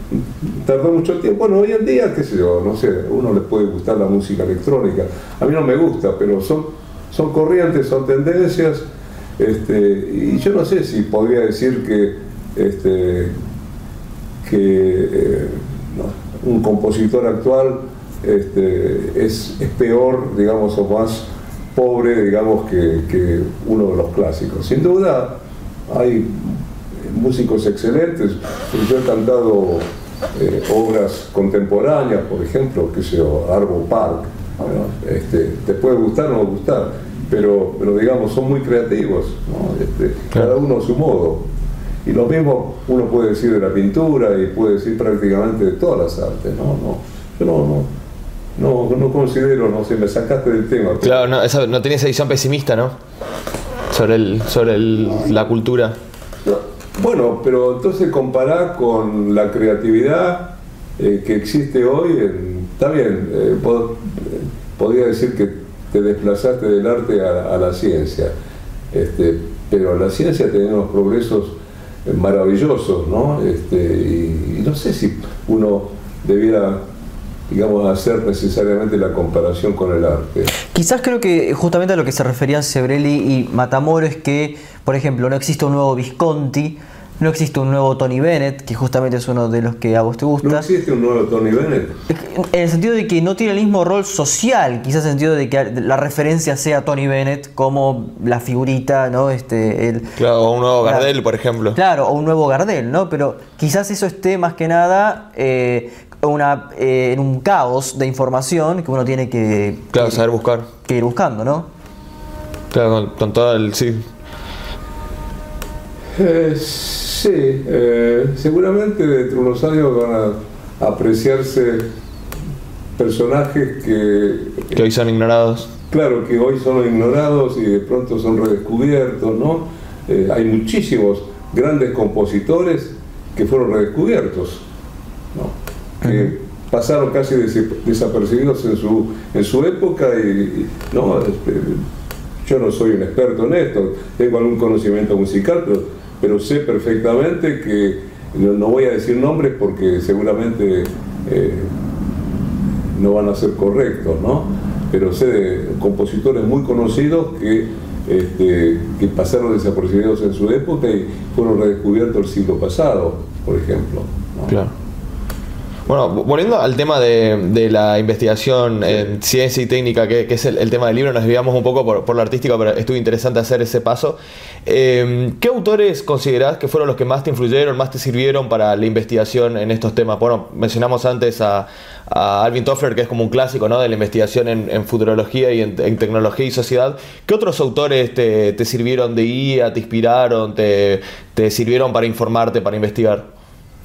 Tardó mucho tiempo. Bueno, hoy en día, qué sé yo, no sé, a uno le puede gustar la música electrónica. A mí no me gusta, pero son, son corrientes, son tendencias. Este, y yo no sé si podría decir que, este, que eh, no, un compositor actual este, es, es peor, digamos, o más pobre, digamos, que, que uno de los clásicos. Sin duda, hay músicos excelentes. Yo he cantado eh, obras contemporáneas, por ejemplo, que sé yo, Arvo Park, ¿no? Este, te puede gustar o no gustar, pero, pero digamos, son muy creativos, ¿no? Este, cada uno a su modo. Y lo mismo uno puede decir de la pintura y puede decir prácticamente de todas las artes, ¿no? No, yo no, no, no, no considero, no sé, me sacaste del tema. Pero... Claro, no, esa, no tenía esa visión pesimista, ¿no? Sobre, el, sobre el, la cultura. No. Bueno, pero entonces compará con la creatividad eh, que existe hoy. En, está bien, eh, pod, eh, podría decir que te desplazaste del arte a, a la ciencia, este, pero la ciencia tiene unos progresos eh, maravillosos, ¿no? Este, y, y no sé si uno debiera, digamos, hacer necesariamente la comparación con el arte. Quizás creo que justamente a lo que se referían Sebrelli y Matamoro es que, por ejemplo, no existe un nuevo Visconti, no existe un nuevo Tony Bennett, que justamente es uno de los que a vos te gusta. ¿No existe un nuevo Tony Bennett? En el sentido de que no tiene el mismo rol social, quizás en el sentido de que la referencia sea Tony Bennett como la figurita, ¿no? Este, el, claro, o un nuevo Gardel, la, por ejemplo. Claro, o un nuevo Gardel, ¿no? Pero quizás eso esté más que nada eh, una, eh, en un caos de información que uno tiene que... Claro, que, saber buscar. Que ir buscando, ¿no? Claro, con, con todo el... sí. Eh, sí, eh, seguramente dentro de unos años van a apreciarse personajes que... Que hoy son ignorados. Claro, que hoy son ignorados y de pronto son redescubiertos, ¿no? Eh, hay muchísimos grandes compositores que fueron redescubiertos, ¿no? Que uh-huh. pasaron casi des- desapercibidos en su, en su época y, y no, este, yo no soy un experto en esto, tengo algún conocimiento musical, pero pero sé perfectamente que, no, no voy a decir nombres porque seguramente eh, no van a ser correctos, ¿no? Pero sé de compositores muy conocidos que, este, que pasaron desapercibidos en su época y fueron redescubiertos el siglo pasado, por ejemplo, ¿no? Claro. Bueno, volviendo al tema de, de la investigación sí. en ciencia y técnica, que, que es el, el tema del libro, nos desviamos un poco por, por lo artístico, pero estuvo interesante hacer ese paso. Eh, ¿Qué autores considerás que fueron los que más te influyeron, más te sirvieron para la investigación en estos temas? Bueno, mencionamos antes a, a Alvin Toffler, que es como un clásico, ¿no?, de la investigación en, en futurología y en, en tecnología y sociedad. ¿Qué otros autores te, te sirvieron de guía, te inspiraron, te, te sirvieron para informarte, para investigar?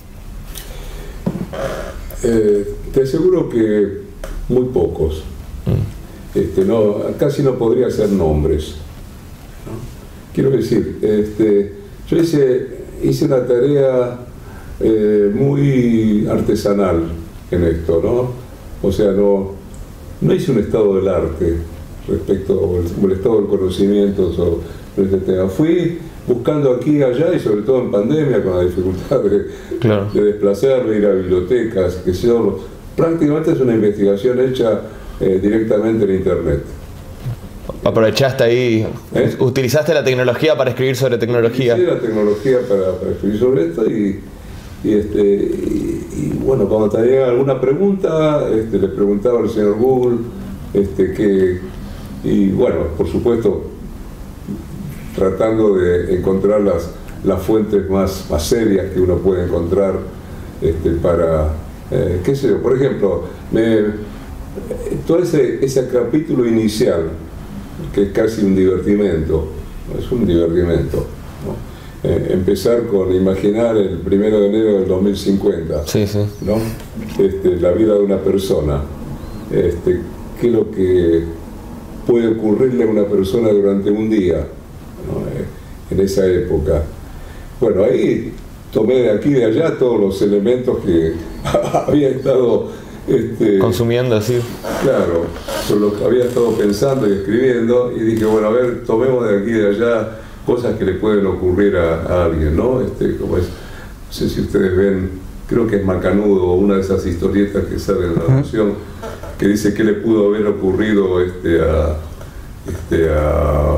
Eh, te aseguro que muy pocos. Mm. Este, no, casi no podría hacer nombres, ¿no? Quiero decir, este, yo hice, hice una tarea eh, muy artesanal en esto, ¿no? O sea, no, no hice un estado del arte respecto al estado del conocimiento sobre este tema. Fui buscando aquí y allá, y sobre todo en pandemia, con la dificultad de, claro. de desplazarme, ir a bibliotecas, que sea, prácticamente es una investigación hecha eh, directamente en internet. Aprovechaste ahí, ¿Eh? utilizaste la tecnología para escribir sobre tecnología. Utilicé la tecnología para, para escribir sobre esto y, y, este, y, y bueno, cuando tenía alguna pregunta, este, le preguntaba al señor Google, este, que, y bueno, por supuesto, tratando de encontrar las, las fuentes más, más serias que uno puede encontrar este, para, eh, qué sé yo, por ejemplo, me, todo ese, ese capítulo inicial, que es casi un divertimento, es un divertimento, ¿no? Eh, empezar con imaginar el primero de enero del dos mil cincuenta, sí, sí. ¿no? Este, la vida de una persona, este, qué es lo que puede ocurrirle a una persona durante un día, ¿no? En esa época. Bueno, ahí tomé de aquí y de allá todos los elementos que había estado Este, Consumiendo, sí. Claro, sobre lo que había estado pensando y escribiendo, y dije, bueno, a ver, tomemos de aquí y de allá cosas que le pueden ocurrir a, a alguien, ¿no? Este, como es, no sé si ustedes ven, creo que es Macanudo, una de esas historietas que sale en la Nación, que dice que le pudo haber ocurrido este, a, este, a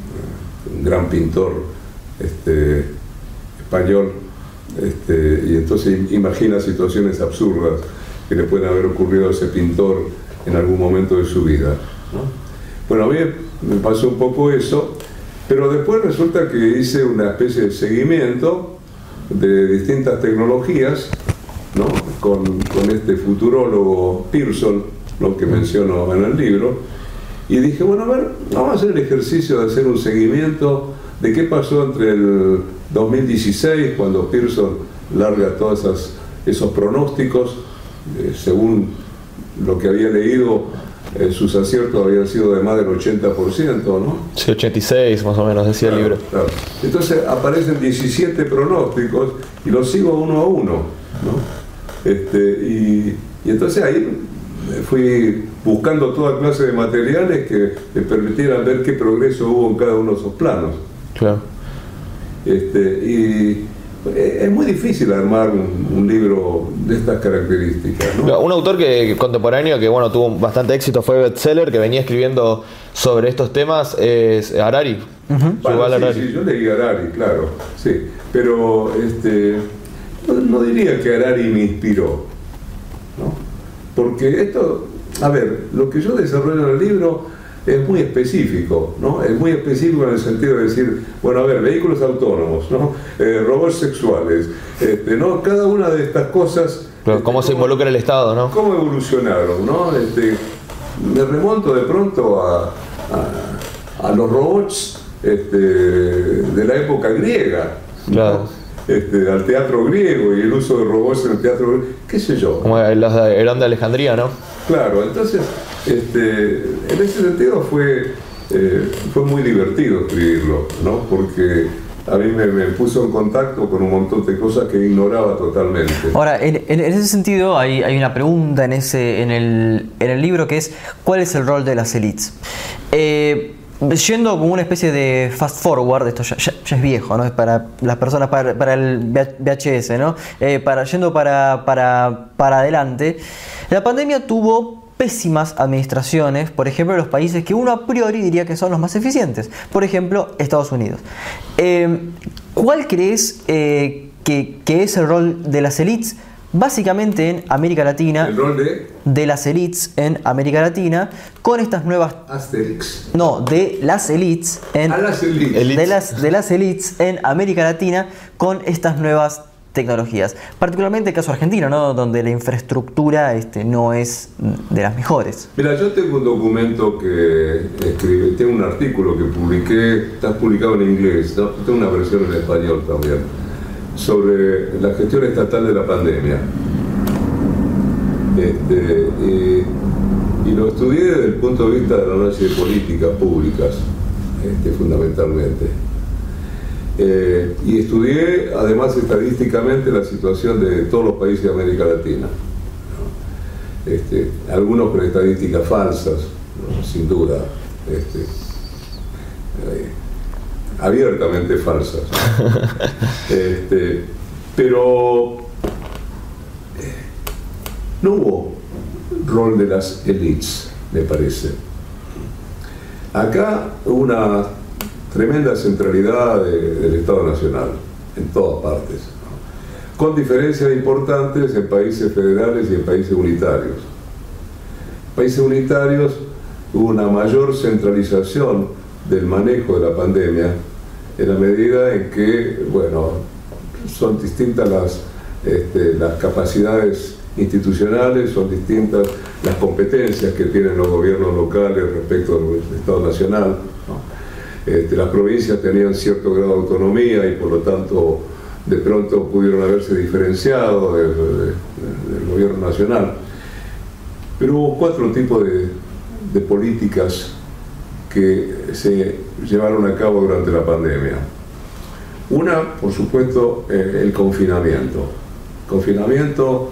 un gran pintor este, español, este, y entonces imagina situaciones absurdas que le pueden haber ocurrido a ese pintor en algún momento de su vida, ¿no? Bueno, a mí me pasó un poco eso, pero después resulta que hice una especie de seguimiento de distintas tecnologías, ¿no? con, con este futurólogo Pearson, lo que menciono en el libro, y dije, bueno, a ver, vamos a hacer el ejercicio de hacer un seguimiento de qué pasó entre el dos mil dieciséis, cuando Pearson larga todos esas, esos pronósticos. Eh, según lo que había leído, eh, sus aciertos habían sido de más del ochenta por ciento, ¿no? Sí, ochenta y seis más o menos, decía claro, el libro. Claro. Entonces aparecen diecisiete pronósticos y los sigo uno a uno, ¿no? Este, y, y entonces ahí fui buscando toda clase de materiales que me permitieran ver qué progreso hubo en cada uno de esos planos. Claro. Este, y es muy difícil armar un, un libro de estas características, ¿no? Un autor que contemporáneo que bueno tuvo bastante éxito, fue bestseller, que venía escribiendo sobre estos temas, es Harari. Uh-huh. Bueno, sí, Harari. Sí, yo leí Harari, claro, sí, pero este, no, no diría que Harari me inspiró, ¿no? Porque esto, a ver, lo que yo desarrollo en el libro es muy específico, ¿no? Es muy específico en el sentido de decir, bueno, a ver, vehículos autónomos, ¿no? Eh, robots sexuales, este, ¿no? Cada una de estas cosas... Pero ¿cómo este, se involucra el Estado, no? ¿Cómo evolucionaron, no? Este, me remonto de pronto a, a, a los robots este, de la época griega, ¿no? Claro. Este, al teatro griego y el uso de robots en el teatro griego, qué sé yo. Como los de Herón de Alejandría, ¿no? Claro, entonces, este, en ese sentido fue, eh, fue muy divertido escribirlo, ¿no? Porque a mí me, me puso en contacto con un montón de cosas que ignoraba totalmente. Ahora, en, en ese sentido hay, hay una pregunta en, ese, en, el, en el libro que es, ¿cuál es el rol de las élites? Eh, Yendo como una especie de fast forward, esto ya, ya, ya es viejo, ¿no? Es para las personas, para, para el V H S, ¿no? Eh, para, yendo para, para, para adelante, la pandemia tuvo pésimas administraciones, por ejemplo, en los países que uno a priori diría que son los más eficientes, por ejemplo, Estados Unidos. Eh, ¿Cuál crees eh, que, que es el rol de las élites? Básicamente en América Latina, ¿el rol de? de las élites en América Latina, con estas nuevas... Asterix. No, de las élites en... A las élites. De las, de las élites en América Latina con estas nuevas tecnologías. Particularmente el caso argentino, ¿no? Donde la infraestructura este, no es de las mejores. Mira, yo tengo un documento que escribí, tengo un artículo que publiqué, está publicado en inglés, ¿no? Tengo una versión en español también, sobre la gestión estatal de la pandemia. Este, y, y lo estudié desde el punto de vista del análisis de políticas públicas, este, fundamentalmente. Eh, y estudié además estadísticamente la situación de todos los países de América Latina, ¿no? Este, algunos con estadísticas falsas, ¿no? Sin duda, este, eh, abiertamente falsas. Este, pero eh, no hubo rol de las élites, me parece. Acá hubo una tremenda centralidad de, del Estado Nacional, en todas partes, ¿no? Con diferencias importantes en países federales y en países unitarios. En países unitarios hubo una mayor centralización del manejo de la pandemia, en la medida en que, bueno, son distintas las, este, las capacidades institucionales, son distintas las competencias que tienen los gobiernos locales respecto al Estado Nacional, ¿no? Este, las provincias tenían cierto grado de autonomía y por lo tanto de pronto pudieron haberse diferenciado de, de, de, del gobierno nacional. Pero hubo cuatro tipos de, de políticas que se llevaron a cabo durante la pandemia. Una, por supuesto, eh, el confinamiento. Confinamiento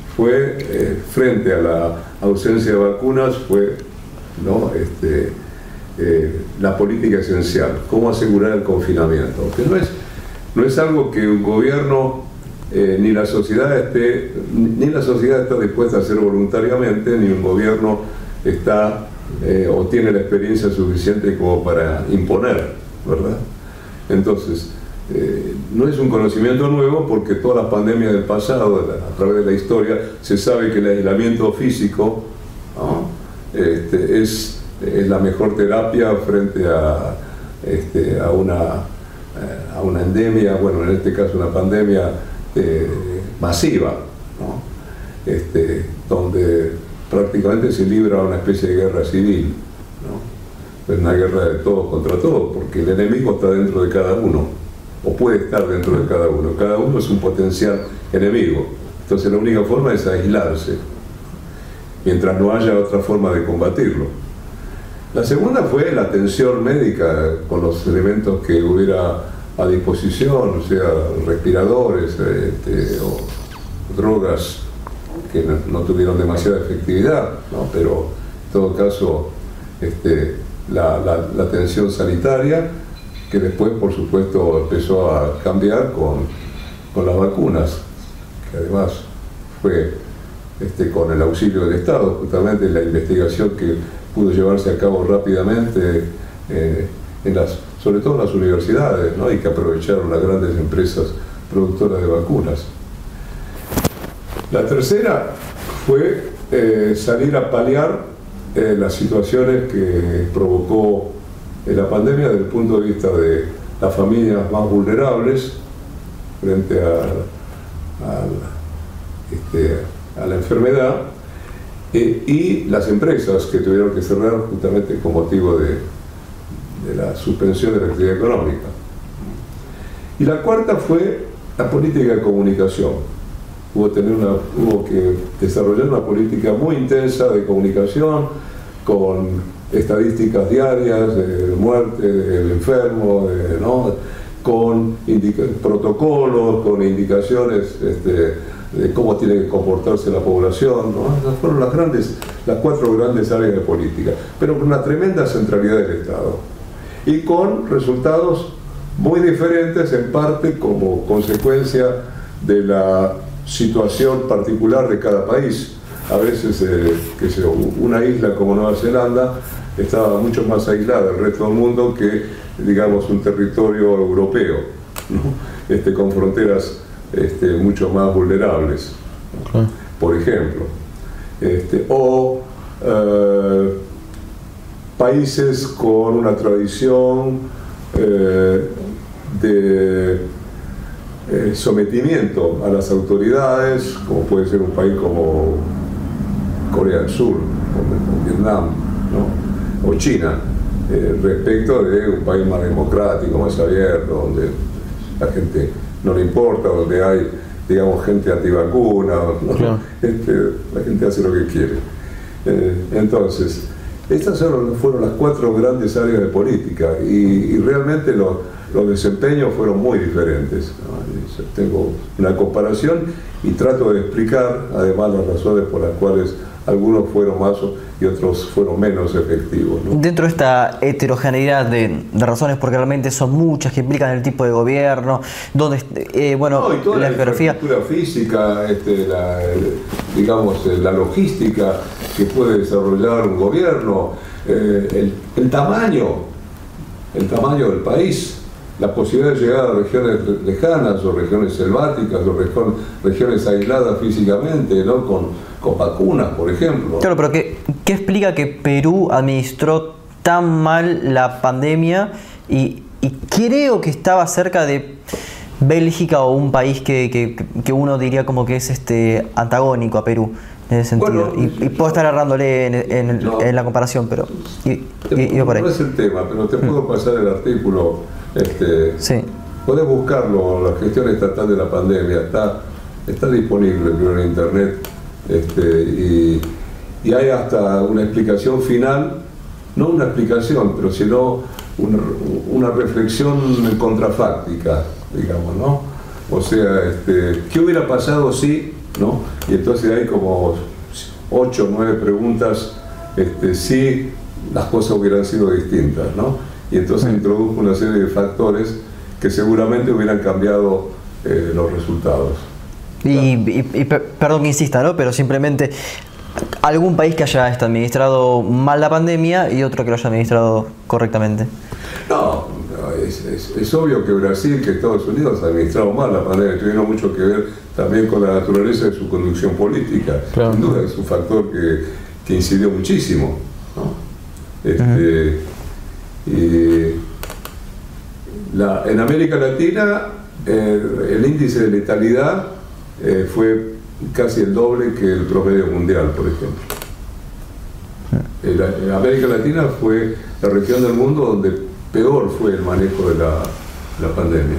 fue, eh, frente a la ausencia de vacunas, fue, ¿no?, este, eh, la política esencial, cómo asegurar el confinamiento. Que no es, no es algo que un gobierno eh, ni la sociedad esté, ni la sociedad está dispuesta a hacer voluntariamente, ni un gobierno está eh, o tiene la experiencia suficiente como para imponer, ¿verdad? Entonces, eh, no es un conocimiento nuevo, porque todas las pandemias del pasado, a través de la historia, se sabe que el aislamiento físico, ¿no?, este, es, es la mejor terapia frente a, este, a, una, a una endemia, bueno, en este caso una pandemia eh, masiva, ¿no?, este, donde prácticamente se libra una especie de guerra civil, ¿no? Es una guerra de todos contra todos, porque el enemigo está dentro de cada uno, o puede estar dentro de cada uno. Cada uno es un potencial enemigo. Entonces la única forma es aislarse, mientras no haya otra forma de combatirlo. La segunda fue la atención médica con los elementos que hubiera a disposición, o sea, respiradores este, o drogas que no, no tuvieron demasiada efectividad, ¿no? Pero en todo caso este, la, la, la atención sanitaria, que después por supuesto empezó a cambiar con, con las vacunas, que además fue este, con el auxilio del Estado, justamente la investigación que pudo llevarse a cabo rápidamente eh, en las, sobre todo en las universidades, ¿no?, y que aprovecharon las grandes empresas productoras de vacunas. La tercera fue eh, salir a paliar eh, las situaciones que provocó eh, la pandemia desde el punto de vista de las familias más vulnerables frente a, a, este, a la enfermedad, eh, y las empresas que tuvieron que cerrar justamente con motivo de, de la suspensión de la actividad económica. Y la cuarta fue la política de comunicación. Hubo, tener una, hubo que desarrollar una política muy intensa de comunicación, con estadísticas diarias de muerte, del enfermo, de, ¿no?, con protocolos, con indicaciones este, de cómo tiene que comportarse la población, ¿no? Esas fueron las, grandes, las cuatro grandes áreas de política, pero con una tremenda centralidad del Estado y con resultados muy diferentes, en parte como consecuencia de la situación particular de cada país. A veces, eh, que sea, una isla como Nueva Zelanda estaba mucho más aislada del resto del mundo que, digamos, un territorio europeo, ¿no?, este, con fronteras este, mucho más vulnerables, ¿no?, por ejemplo. Este, o eh, países con una tradición eh, de Eh, sometimiento a las autoridades, como puede ser un país como Corea del Sur, o Vietnam, ¿no?, o China, eh, respecto de un país más democrático, más abierto, donde la gente no le importa, donde hay, digamos, gente antivacuna, ¿no? Claro. Este, la gente hace lo que quiere. Eh, entonces, estas fueron, fueron las cuatro grandes áreas de política, y, y realmente los, los desempeños fueron muy diferentes, ¿no? Tengo una comparación y trato de explicar además las razones por las cuales algunos fueron más y otros fueron menos efectivos, ¿no? Dentro de esta heterogeneidad de, de razones, porque realmente son muchas que implican el tipo de gobierno, donde, eh, bueno, no, y toda la, la geografía física, este, la, el, digamos, la logística que puede desarrollar un gobierno, eh, el, el tamaño, el tamaño del país, la posibilidad de llegar a regiones lejanas o regiones selváticas o regiones, regiones aisladas físicamente, ¿no?, con, con vacunas, por ejemplo. Claro, pero ¿qué, qué explica que Perú administró tan mal la pandemia y, y creo que estaba cerca de Bélgica, o un país que, que, que uno diría como que es este antagónico a Perú en ese sentido? Bueno, y, y puedo estar errándole en, en, no, en la comparación, pero y, te, y, y por ahí. No es el tema, pero te puedo pasar el artículo. Este, sí. Podés buscarlo, la gestión estatal de la pandemia, está, está disponible en internet, este, y, y hay hasta una explicación final, no una explicación, pero sino una, una reflexión contrafáctica, digamos, ¿no? O sea, este, ¿qué hubiera pasado si ¿no? Y entonces hay como ocho o nueve preguntas este, si las cosas hubieran sido distintas, ¿no? Y entonces introdujo una serie de factores que seguramente hubieran cambiado eh, los resultados. Y, y, y perdón que insista, ¿no? Pero simplemente algún país que haya este, administrado mal la pandemia y otro que lo haya administrado correctamente. No, es, es, es obvio que Brasil, que Estados Unidos ha administrado mal la pandemia, tuvieron mucho que ver también con la naturaleza de su conducción política. Claro. Sin duda es un factor que, que incidió muchísimo, ¿no? Este, uh-huh. y la, en América Latina eh, el índice de letalidad eh, fue casi el doble que el promedio mundial, por ejemplo. En, en América Latina fue la región del mundo donde peor fue el manejo de la, la pandemia.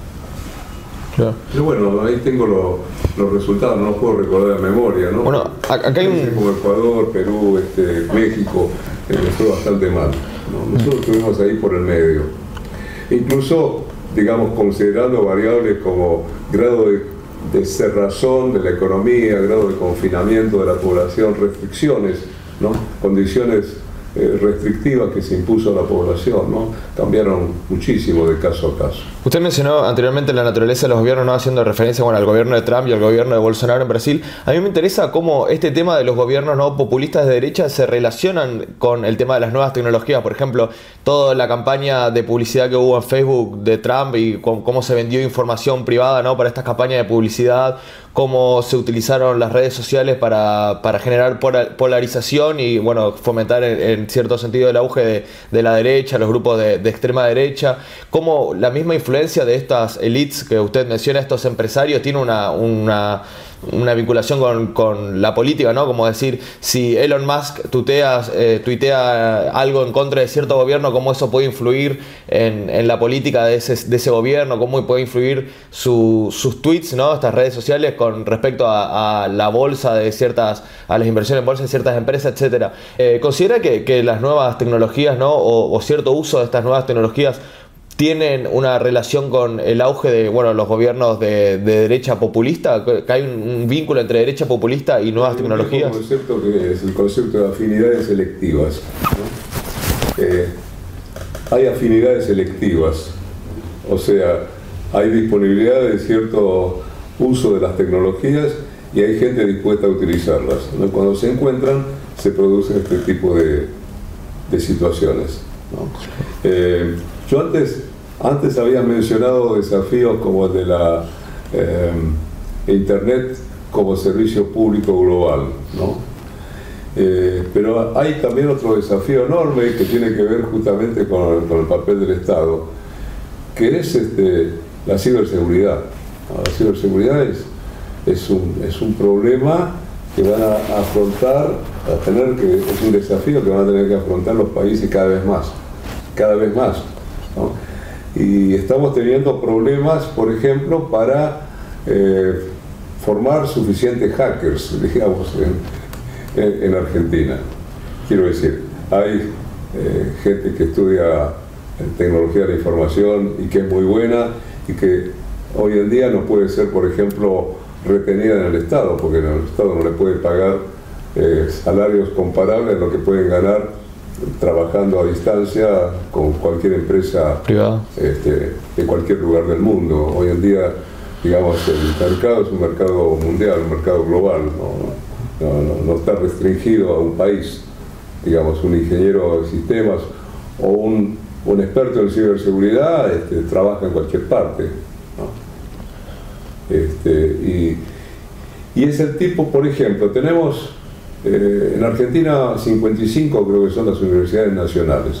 Claro. Pero bueno, ahí tengo lo, los resultados, no los puedo recordar de memoria, ¿no? Bueno, acá hay un... como Ecuador, Perú, este, México, eh, fue bastante mal, ¿no? Nosotros estuvimos ahí por el medio. Incluso, digamos, considerando variables como grado de, de cerrazón de la economía, grado de confinamiento de la población, restricciones, ¿no? Condiciones eh, restrictivas que se impuso a la población, ¿no? Cambiaron muchísimo de caso a caso. Usted mencionó anteriormente la naturaleza de los gobiernos, ¿no? Haciendo referencia, bueno, al gobierno de Trump y al gobierno de Bolsonaro en Brasil. A mí me interesa cómo este tema de los gobiernos, ¿no?, populistas de derecha se relacionan con el tema de las nuevas tecnologías. Por ejemplo, toda la campaña de publicidad que hubo en Facebook de Trump y cómo se vendió información privada, ¿no?, para estas campañas de publicidad, cómo se utilizaron las redes sociales para, para generar polarización y, bueno, fomentar en, en cierto sentido el auge de, de la derecha, los grupos de, de extrema derecha, cómo la misma influencia de estas elites que usted menciona, estos empresarios, tiene una, una, una vinculación con, con la política, ¿no? Como decir, si Elon Musk tuitea, eh, tuitea algo en contra de cierto gobierno, cómo eso puede influir en, en la política de ese, de ese gobierno, cómo puede influir su, sus tweets, ¿no?, estas redes sociales con respecto a, a la bolsa de ciertas, a las inversiones en bolsa de ciertas empresas, etcétera. Eh, ¿Considera que, que las nuevas tecnologías, ¿no?, o, o cierto uso de estas nuevas tecnologías tienen una relación con el auge de, bueno, los gobiernos de, de derecha populista? ¿Que hay un, un vínculo entre derecha populista y nuevas hay tecnologías? Un concepto que es el concepto de afinidades selectivas, ¿no? Eh, hay afinidades selectivas, o sea, hay disponibilidad de cierto uso de las tecnologías y hay gente dispuesta a utilizarlas, ¿no? Cuando se encuentran, se producen este tipo de, de situaciones, ¿no? Eh, yo antes, antes había mencionado desafíos como el de la eh, Internet como servicio público global, ¿no? Eh, pero hay también otro desafío enorme que tiene que ver justamente con, con el papel del Estado, que es este, la ciberseguridad. La ciberseguridad es, es, un, es un problema que van a afrontar, a tener que, es un desafío que van a tener que afrontar los países cada vez más, cada vez más, ¿no? Y estamos teniendo problemas, por ejemplo, para eh, formar suficientes hackers, digamos, en, en, en Argentina. Quiero decir, hay eh, gente que estudia tecnología de la información y que es muy buena y que hoy en día no puede ser, por ejemplo, retenida en el Estado, porque el Estado no le puede pagar eh, salarios comparables a lo que pueden ganar trabajando a distancia con cualquier empresa privada, este, de cualquier lugar del mundo. Hoy en día, digamos, el mercado es un mercado mundial, un mercado global, no, no, no, no está restringido a un país. Digamos, un ingeniero de sistemas o un, un experto en ciberseguridad este, trabaja en cualquier parte, ¿no? Este, y, y es el tipo, por ejemplo, tenemos Eh, en Argentina cincuenta y cinco creo que son las universidades nacionales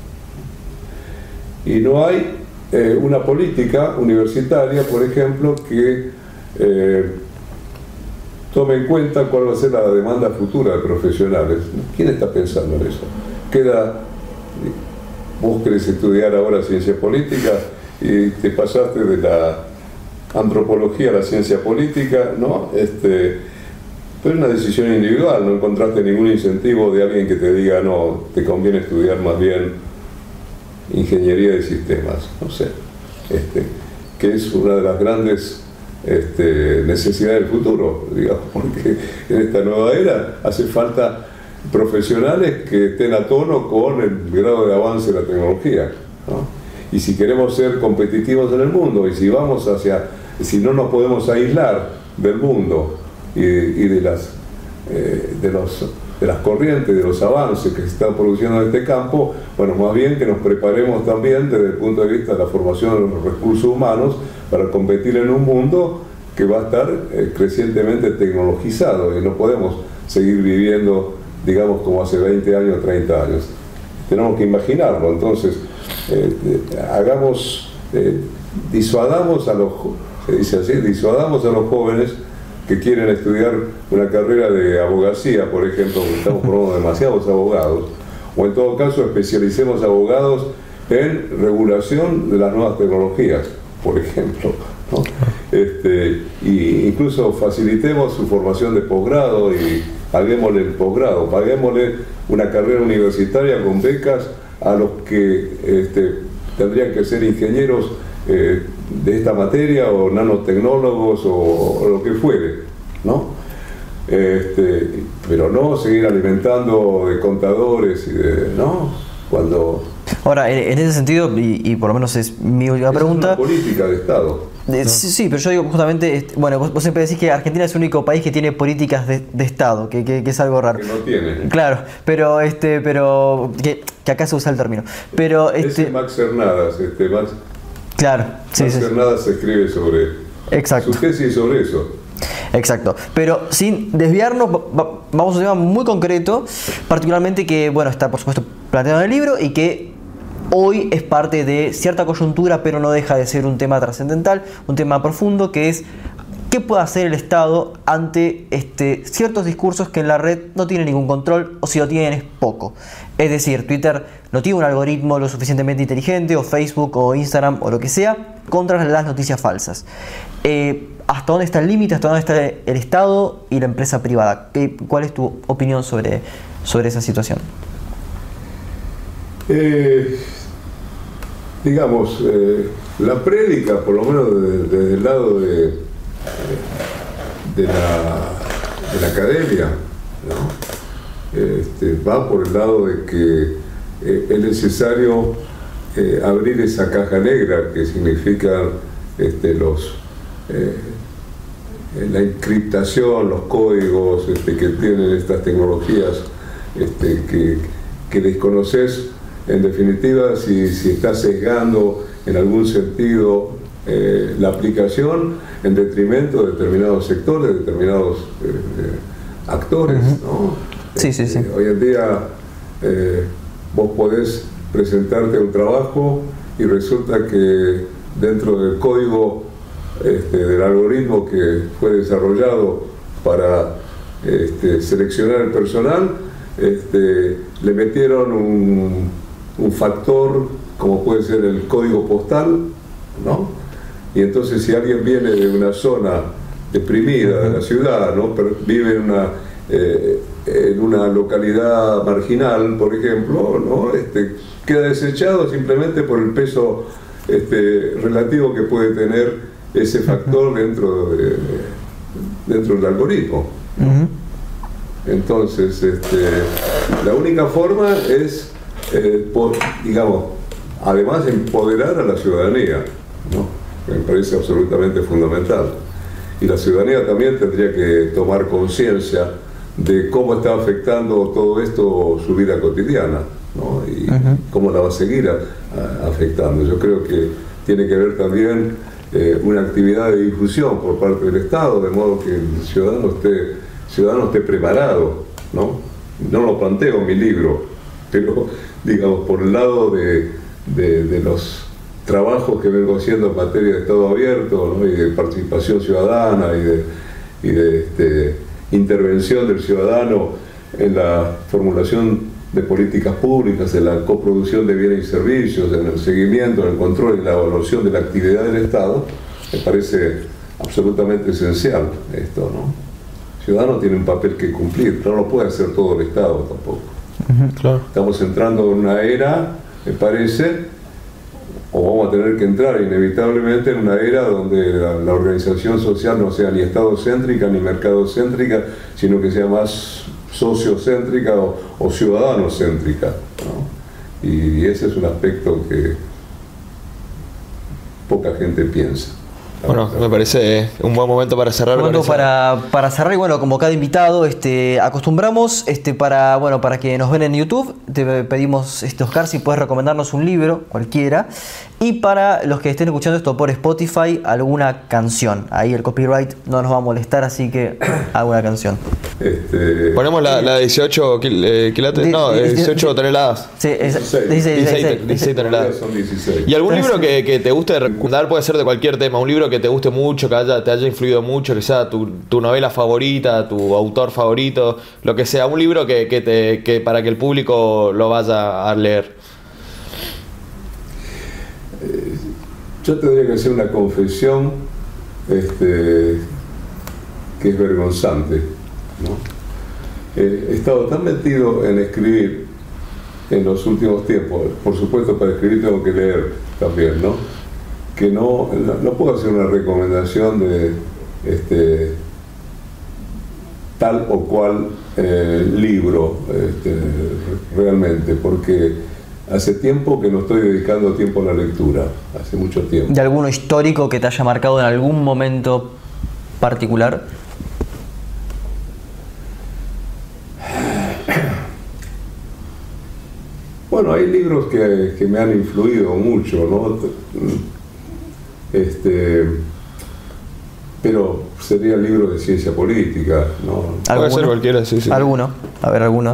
y no hay eh, una política universitaria, por ejemplo, que eh, tome en cuenta cuál va a ser la demanda futura de profesionales. ¿Quién está pensando en eso? Queda, vos querés estudiar ahora ciencia política y te pasaste de la antropología a la ciencia política, ¿no? Este, Pero es una decisión individual, no encontraste ningún incentivo de alguien que te diga, no, te conviene estudiar más bien ingeniería de sistemas, no sé, este, que es una de las grandes este, necesidad del futuro, digamos, porque en esta nueva era hace falta profesionales que estén a tono con el grado de avance de la tecnología, ¿no? Y si queremos ser competitivos en el mundo, y si vamos hacia, si no nos podemos aislar del mundo y, y de las eh, de los de las corrientes, de los avances que se están produciendo en este campo, bueno, más bien que nos preparemos también desde el punto de vista de la formación de los recursos humanos para competir en un mundo que va a estar eh, crecientemente tecnologizado, y no podemos seguir viviendo, digamos, como hace veinte años, treinta años. Tenemos que imaginarlo. Entonces, eh, eh, hagamos, eh, disuadamos a los, se dice así, disuadamos a los jóvenes que quieren estudiar una carrera de abogacía, por ejemplo, porque estamos formando demasiados abogados, o en todo caso especialicemos abogados en regulación de las nuevas tecnologías, por ejemplo, ¿no? Este, y incluso facilitemos su formación de posgrado y paguémosle el posgrado, paguémosle una carrera universitaria con becas a los que este, tendrían que ser ingenieros eh, de esta materia, o nanotecnólogos, o, o lo que fuere, ¿no? Este, pero no seguir alimentando de contadores y de, ¿no? Cuando... Ahora, en, en ese sentido, y, y por lo menos es mi última pregunta... Es una política de Estado. De, ¿no? sí, sí, pero yo digo justamente, bueno, vos, vos siempre decís que Argentina es el único país que tiene políticas de, de Estado, que, que, que es algo raro. Que no tiene. Claro, pero este, pero que, que acá se usa el término. Pero este. Es Max Hernadas, este Max. Claro, sí, Max sí. Hernadas escribe sobre. Exacto. Su tesis sobre eso. Exacto, pero sin desviarnos, va, vamos a un tema muy concreto, particularmente que, bueno, está por supuesto planteado en el libro y que hoy es parte de cierta coyuntura, pero no deja de ser un tema trascendental, un tema profundo, que es qué puede hacer el Estado ante este, ciertos discursos que en la red no tienen ningún control, o si lo tienen es poco. Es decir, Twitter no tiene un algoritmo lo suficientemente inteligente, o Facebook o Instagram o lo que sea, contra las noticias falsas. Eh, ¿Hasta dónde está el límite? ¿Hasta dónde está el Estado y la empresa privada? ¿Qué, ¿Cuál es tu opinión sobre, sobre esa situación? Eh, digamos, eh, la prédica, por lo menos desde, desde el lado de, de, la, de la academia, ¿no? este, va por el lado de que eh, es necesario eh, abrir esa caja negra que significa este, los... Eh, la encriptación, los códigos este, que tienen estas tecnologías este, que, que desconoces, en definitiva, si, si estás sesgando en algún sentido eh, la aplicación en detrimento de determinados sectores, de determinados eh, actores, ¿no? Sí, sí, sí. Eh, hoy en día eh, vos podés presentarte a un trabajo y resulta que dentro del código Este, del algoritmo que fue desarrollado para este, seleccionar el personal, este, le metieron un, un factor como puede ser el código postal, ¿no? Y entonces si alguien viene de una zona deprimida de la ciudad, ¿no? Pero vive en una, eh, en una localidad marginal, por ejemplo, ¿no? Este, queda desechado simplemente por el peso este, relativo que puede tener ese factor dentro, de, dentro del algoritmo. Uh-huh. Entonces, este, la única forma es, eh, por, digamos, además empoderar a la ciudadanía, ¿no? Me parece absolutamente fundamental. Y la ciudadanía también tendría que tomar conciencia de cómo está afectando todo esto su vida cotidiana, ¿no? Y uh-huh. cómo la va a seguir a, a, afectando. Yo creo que tiene que ver también Eh, una actividad de difusión por parte del Estado, de modo que el ciudadano esté, ciudadano esté preparado, ¿no? No lo planteo en mi libro, pero digamos por el lado de, de, de los trabajos que vengo haciendo en materia de Estado abierto, ¿no? Y de participación ciudadana y de, y de este, intervención del ciudadano en la formulación de políticas públicas, en la coproducción de bienes y servicios, en el seguimiento, en el control y la evaluación de la actividad del Estado, me parece absolutamente esencial esto, ¿no? El ciudadano tiene un papel que cumplir, no lo puede hacer todo el Estado tampoco. Uh-huh, claro. Estamos entrando en una era, me parece, o vamos a tener que entrar inevitablemente en una era donde la, la organización social no sea ni estadocéntrica ni mercadocéntrica, sino que sea más sociocéntrica o, o ciudadanocéntrica, ¿no? Y ese es un aspecto que poca gente piensa. Bueno, me parece un buen momento para cerrar. Bueno, con para, para cerrar, y bueno, como cada invitado, este, acostumbramos, este, para, bueno, para que nos ven en YouTube, te pedimos, este, Oscar, si puedes recomendarnos un libro, cualquiera, y para los que estén escuchando esto por Spotify, alguna canción. Ahí el copyright no nos va a molestar, así que alguna canción. Este, Ponemos la, la dieciocho kil, eh, quilates, Di- no, di- dieciocho di- toneladas. Sí, es, dieciséis. dieciséis, dieciséis toneladas. Son dieciséis. ¿Y algún libro que, que te guste recomendar? Puede ser de cualquier tema, un libro que te guste mucho, que haya, te haya influido mucho, que sea tu, tu novela favorita, tu autor favorito, lo que sea, un libro que, que, te, que para que el público lo vaya a leer. Yo tendría que hacer una confesión este, que es vergonzante, ¿no? Eh, he estado tan metido en escribir en los últimos tiempos, por supuesto para escribir tengo que leer también, ¿no? Que no, no, no puedo hacer una recomendación de este, tal o cual eh, libro este, realmente, porque hace tiempo que no estoy dedicando tiempo a la lectura, hace mucho tiempo. ¿De alguno histórico que te haya marcado en algún momento particular? Bueno, hay libros que, que me han influido mucho, ¿no? Este, pero sería libro de ciencia política, ¿no? Puede ser cualquiera, sí, sí. ¿Alguno? A ver, alguno.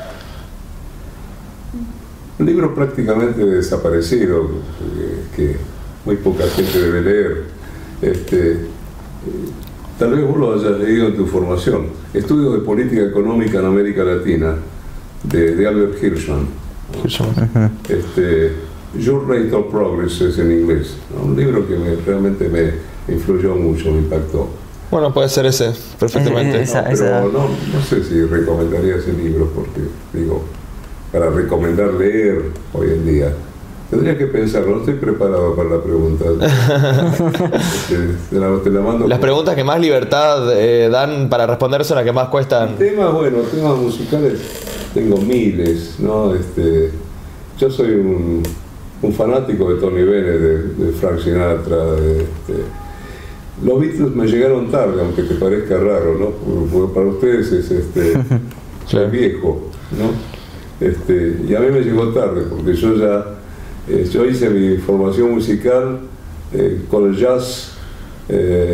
Un libro prácticamente desaparecido, que, que muy poca gente debe leer. Este, tal vez vos lo hayas leído en tu formación. Estudios de Política Económica en América Latina, de, de Albert Hirschman. Uh-huh. Este, Your Rate of Progress es en inglés, ¿no? Un libro que me, realmente me influyó mucho, me impactó. Bueno, puede ser ese, perfectamente. Es- esa- No, pero no, no sé si recomendaría ese libro, porque digo, para recomendar leer hoy en día, tendría que pensarlo, no estoy preparado para la pregunta. Este, te, la, te la mando. Las preguntas que más libertad eh, dan para responder son las que más cuestan. Temas, bueno, temas musicales tengo miles, ¿no? Este, yo soy un, un fanático de Tony Bennett, de, de Frank Sinatra. De, este, los Beatles me llegaron tarde, aunque te parezca raro, ¿no? Porque para ustedes es este, soy viejo, ¿no? Este, y a mí me llegó tarde, porque yo ya eh, yo hice mi formación musical eh, con el jazz. Eh,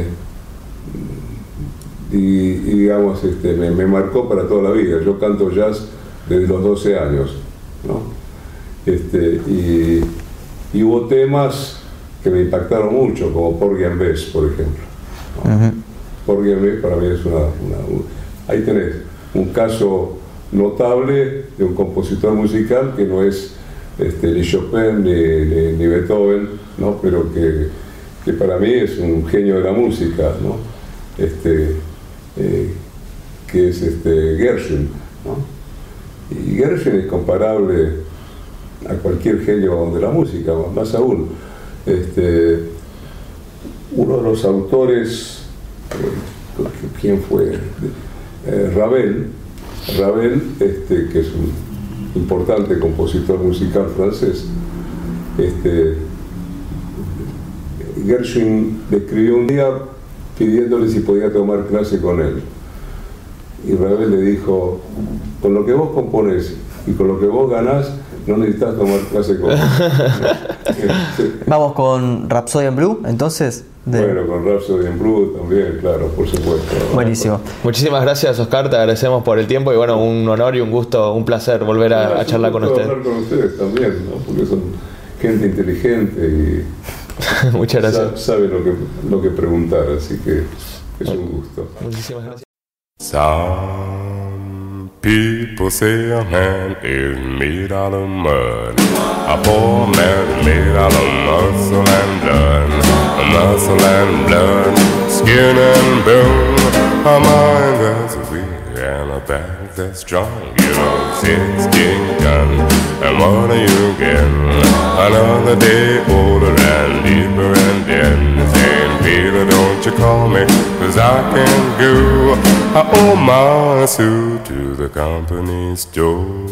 y, y digamos, este, me, me marcó para toda la vida. Yo canto jazz desde los doce años, ¿no? Este, y, y hubo temas que me impactaron mucho, como Porgy and Bess, por ejemplo, ¿no? Uh-huh. Porgy and Bess para mí es una, una, un, ahí tenés un caso notable de un compositor musical que no es este, ni Chopin ni, ni, ni Beethoven, ¿no? Pero que, que para mí es un genio de la música, ¿no? Este, eh, que es este, Gershwin, ¿no? Y Gershwin es comparable a cualquier genio de la música, más aún. Este, uno de los autores, eh, ¿quién fue? Eh, Ravel, Ravel este, que es un importante compositor musical francés. Este, Gershwin le escribió un día pidiéndole si podía tomar clase con él. Y Ravel le dijo, con lo que vos componés y con lo que vos ganás, no necesitas tomar clase con él. Vamos con Rhapsody in Blue, entonces. De... Bueno, con Rhapsody in Blue también, claro, por supuesto. Buenísimo. Muchísimas gracias, Oscar, te agradecemos por el tiempo y bueno, un honor y un gusto, un placer volver a, no, a charlar con ustedes. hablar con ustedes también, ¿no? Porque son gente inteligente y muchas gracias. Sabe lo que, lo que preguntar, así que es un gusto. Muchísimas gracias. Some people say a man is made out of mud. A poor man made out of muscle and blood. Muscle and blood, skin and bone. A mind that's weak and a back that's strong. You know, sixteen tons, and what are you getting? Another day older and deeper and then saying, Peter, don't you call me, cause I can't go. I owe my suit to the company store.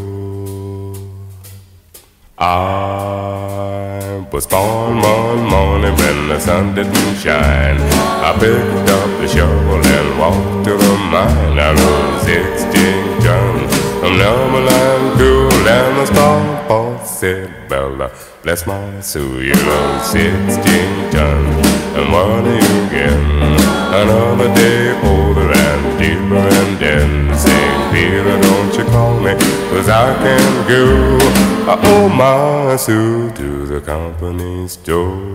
I was born one morning when the sun didn't shine. I picked up the shovel and walked to the mine. I rode sixteen tons from Numberland to and the star boss said, Bella, bless my soul, you rode sixteen tons. And what are you getting? Another day older and deeper and then Saint Peter, don't you call me, cause I can't go. I owe my suit to the company store.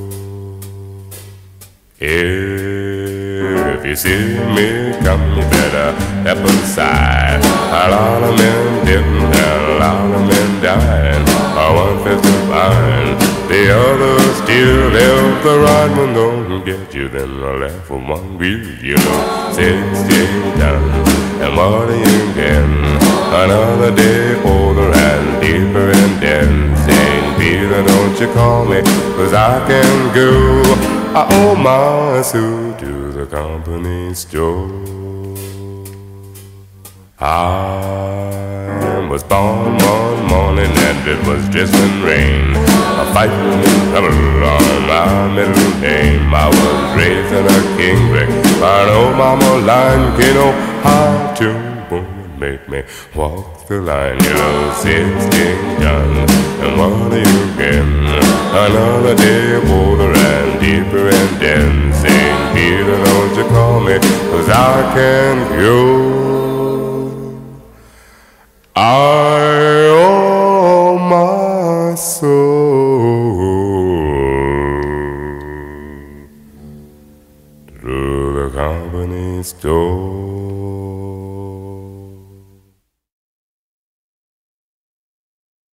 If you see me come, you better step aside. A lot of men didn't, and a lot of men died. One fifth of mine, the other still. If the right one don't get you, then I left with one wheel. You know, sixteen tons, and what are you getting? Another day older and deeper and then Saint Peter, don't you call me, cause I can go. I owe my suit to the company store. I was born one morning and it was drizzling rain. A fighting trouble on my middle name. I was raised in a kingbrick by an old mama line. You know how to woman make me walk the line. You know, sixteen tons, and what are you getting? Another day older and deeper and then Saint Peter, don't you call me, cause I can go. I owe my soul to the company store.